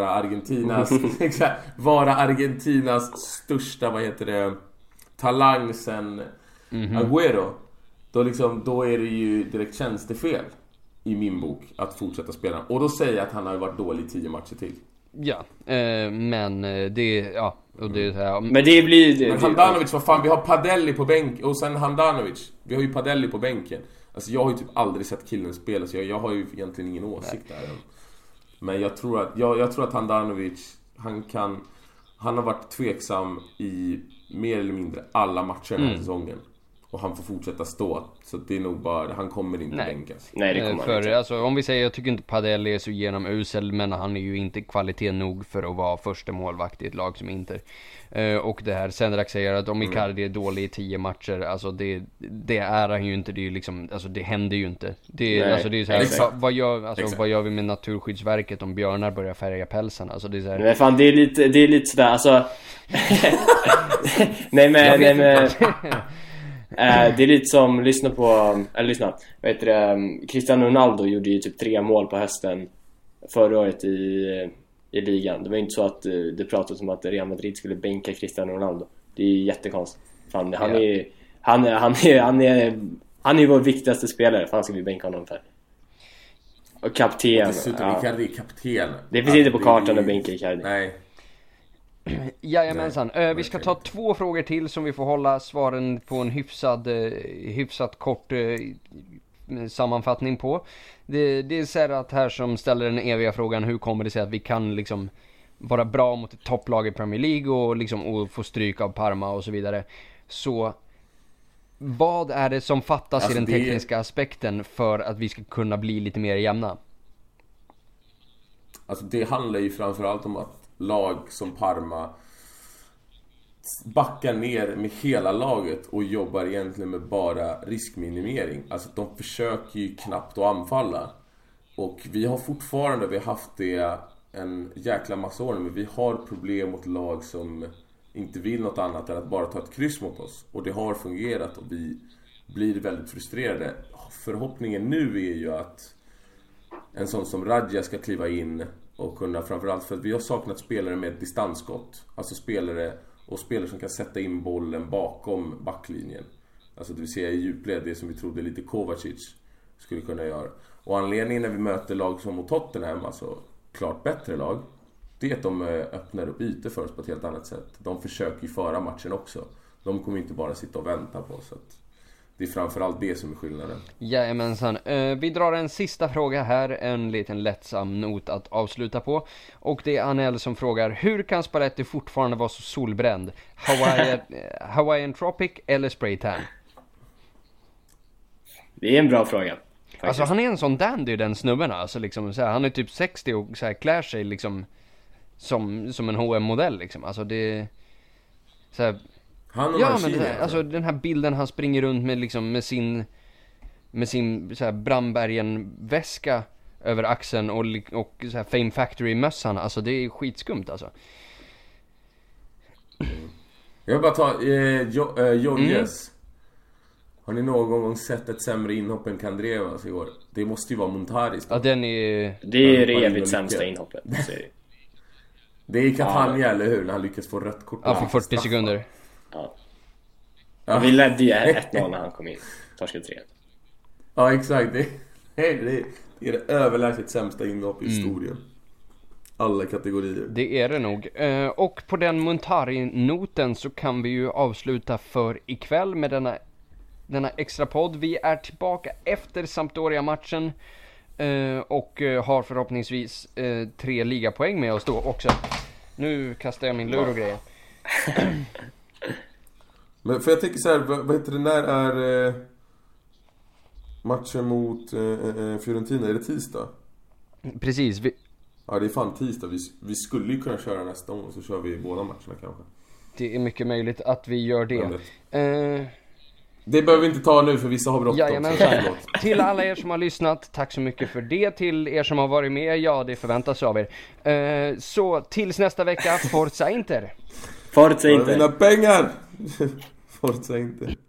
vara Argentinas största, talang sen Agüero, då är det ju direkt tjänstefel i min bok att fortsätta spela. Och då säger jag att han har varit dålig i 10 matcher till. Ja, men det, ja, och det är så här. Men det blir... Men Handanovic, vad fan, vi har Padelli på bänk. Och sen Handanovic, vi har ju Padelli på bänken. Alltså jag har ju typ aldrig sett killen spela, så jag har ju egentligen ingen åsikt där än. Men jag tror att Handanovic, han har varit tveksam i mer eller mindre alla matcher den här säsongen. Och han får fortsätta stå. Så det är nog bara, han kommer inte bänkas. Nej, det kommer han inte. Alltså, om vi säger, jag tycker inte Padelli är så genomusel, men han är ju inte kvalitet nog för att vara första målvakt i ett lag som Inter. Och det här, Senderak säger att om Icardi är dålig i 10 matcher, alltså det är han ju inte, det är ju liksom, alltså det händer ju inte. Det är ju så här, vad gör vi med Naturskyddsverket om björnar börjar färga pälsen? Alltså det är så här. Men fan, det är lite sådär, alltså. nej men det är lite som, lyssna, vad heter det, Cristiano Ronaldo gjorde ju typ 3 mål på hösten förra året i ligan. Det var inte så att det pratades om att Real Madrid skulle bänka Cristiano Ronaldo. Det är ju jättekonstigt. Fan, han är vår viktigaste spelare. Fan, ska vi bänka honom för? Och kapten. Icardi är kapten. Det finns inte på kartan att bänka Icardi. Nej. Jajamensan, vi ska ta 2 frågor till som vi får hålla svaren på en hyfsat kort sammanfattning på. Det är Serrat här som ställer den eviga frågan: hur kommer det sig att vi kan liksom vara bra mot ett topplag i Premier League och få stryk av Parma och så vidare. Så vad är det som fattas i den tekniska aspekten för att vi ska kunna bli lite mer jämna? Alltså det handlar ju framförallt om att lag som Parma backar ner med hela laget och jobbar egentligen med bara riskminimering. Alltså de försöker ju knappt att anfalla. Och vi har haft det en jäkla massa år, men vi har problem mot lag som inte vill något annat än att bara ta ett kryss mot oss. Och det har fungerat och vi blir väldigt frustrerade. Förhoppningen nu är ju att en sån som Radja ska kliva in och kunna, framförallt för att vi har saknat spelare med ett distansskott. Alltså spelare som kan sätta in bollen bakom backlinjen. Alltså det vill säga i djupled, det som vi trodde lite Kovacic skulle kunna göra. Och anledningen när vi möter lag som mot Tottenham, alltså klart bättre lag, det är att de öppnar upp ytor för oss på ett helt annat sätt. De försöker ju föra matchen också. De kommer inte bara sitta och vänta på oss. Det är framförallt det som är skillnaden. Jajamensan. Vi drar en sista fråga här. En liten lättsam not att avsluta på. Och det är Anel som frågar: hur kan Spalletti fortfarande vara så solbränd? Hawaiian Tropic eller Spray Tan? Det är en bra fråga. Faktiskt. Alltså han är en sån dandy, den snubben. Alltså, liksom, så här, han är typ 60 och så här, klär sig liksom som en H&M-modell. Liksom. Alltså det... Så här, alltså den här bilden han springer runt med liksom med sin så här Brandbergen-väska över axeln och så här Fame Factory-mössan, alltså det är skitskumt alltså. Jag vill bara ta Joyes. Har ni någon gång sett ett sämre inhopp än Kandrevas igår? Det måste ju vara Montaris. Ja, den är... Det är det evigt sämsta inhoppet. Det är Catania, eller hur? När han lyckas få rött kort. Ja, för 40 sekunder. Ja. Vi ledde ju 1-0 när han kom in. Torskade 3. Ja, exakt. Det är det överlägset sämsta inhopp i historien. Alla kategorier. Det är det nog. Och på den Montari-noten så kan vi ju avsluta för ikväll med denna extra podd. Vi är tillbaka efter Sampdoria-matchen och har förhoppningsvis 3 ligapoäng med oss då också. Nu kastar jag min lur och grejer. Men för jag tänker så här, vad heter det, när är matchen mot Fiorentina? Är det tisdag? Precis. Ja, det är fan tisdag. Vi skulle ju kunna köra nästa gång, så kör vi båda matcherna kanske. Det är mycket möjligt att vi gör det. Det behöver vi inte ta nu, för vissa har bråttom. Jajamensan. Till alla er som har lyssnat, tack så mycket för det. Till er som har varit med, ja, det förväntas av er. Så tills nästa vecka, Forza Inter. Forza Inter. Mina pengar! Forza Inter.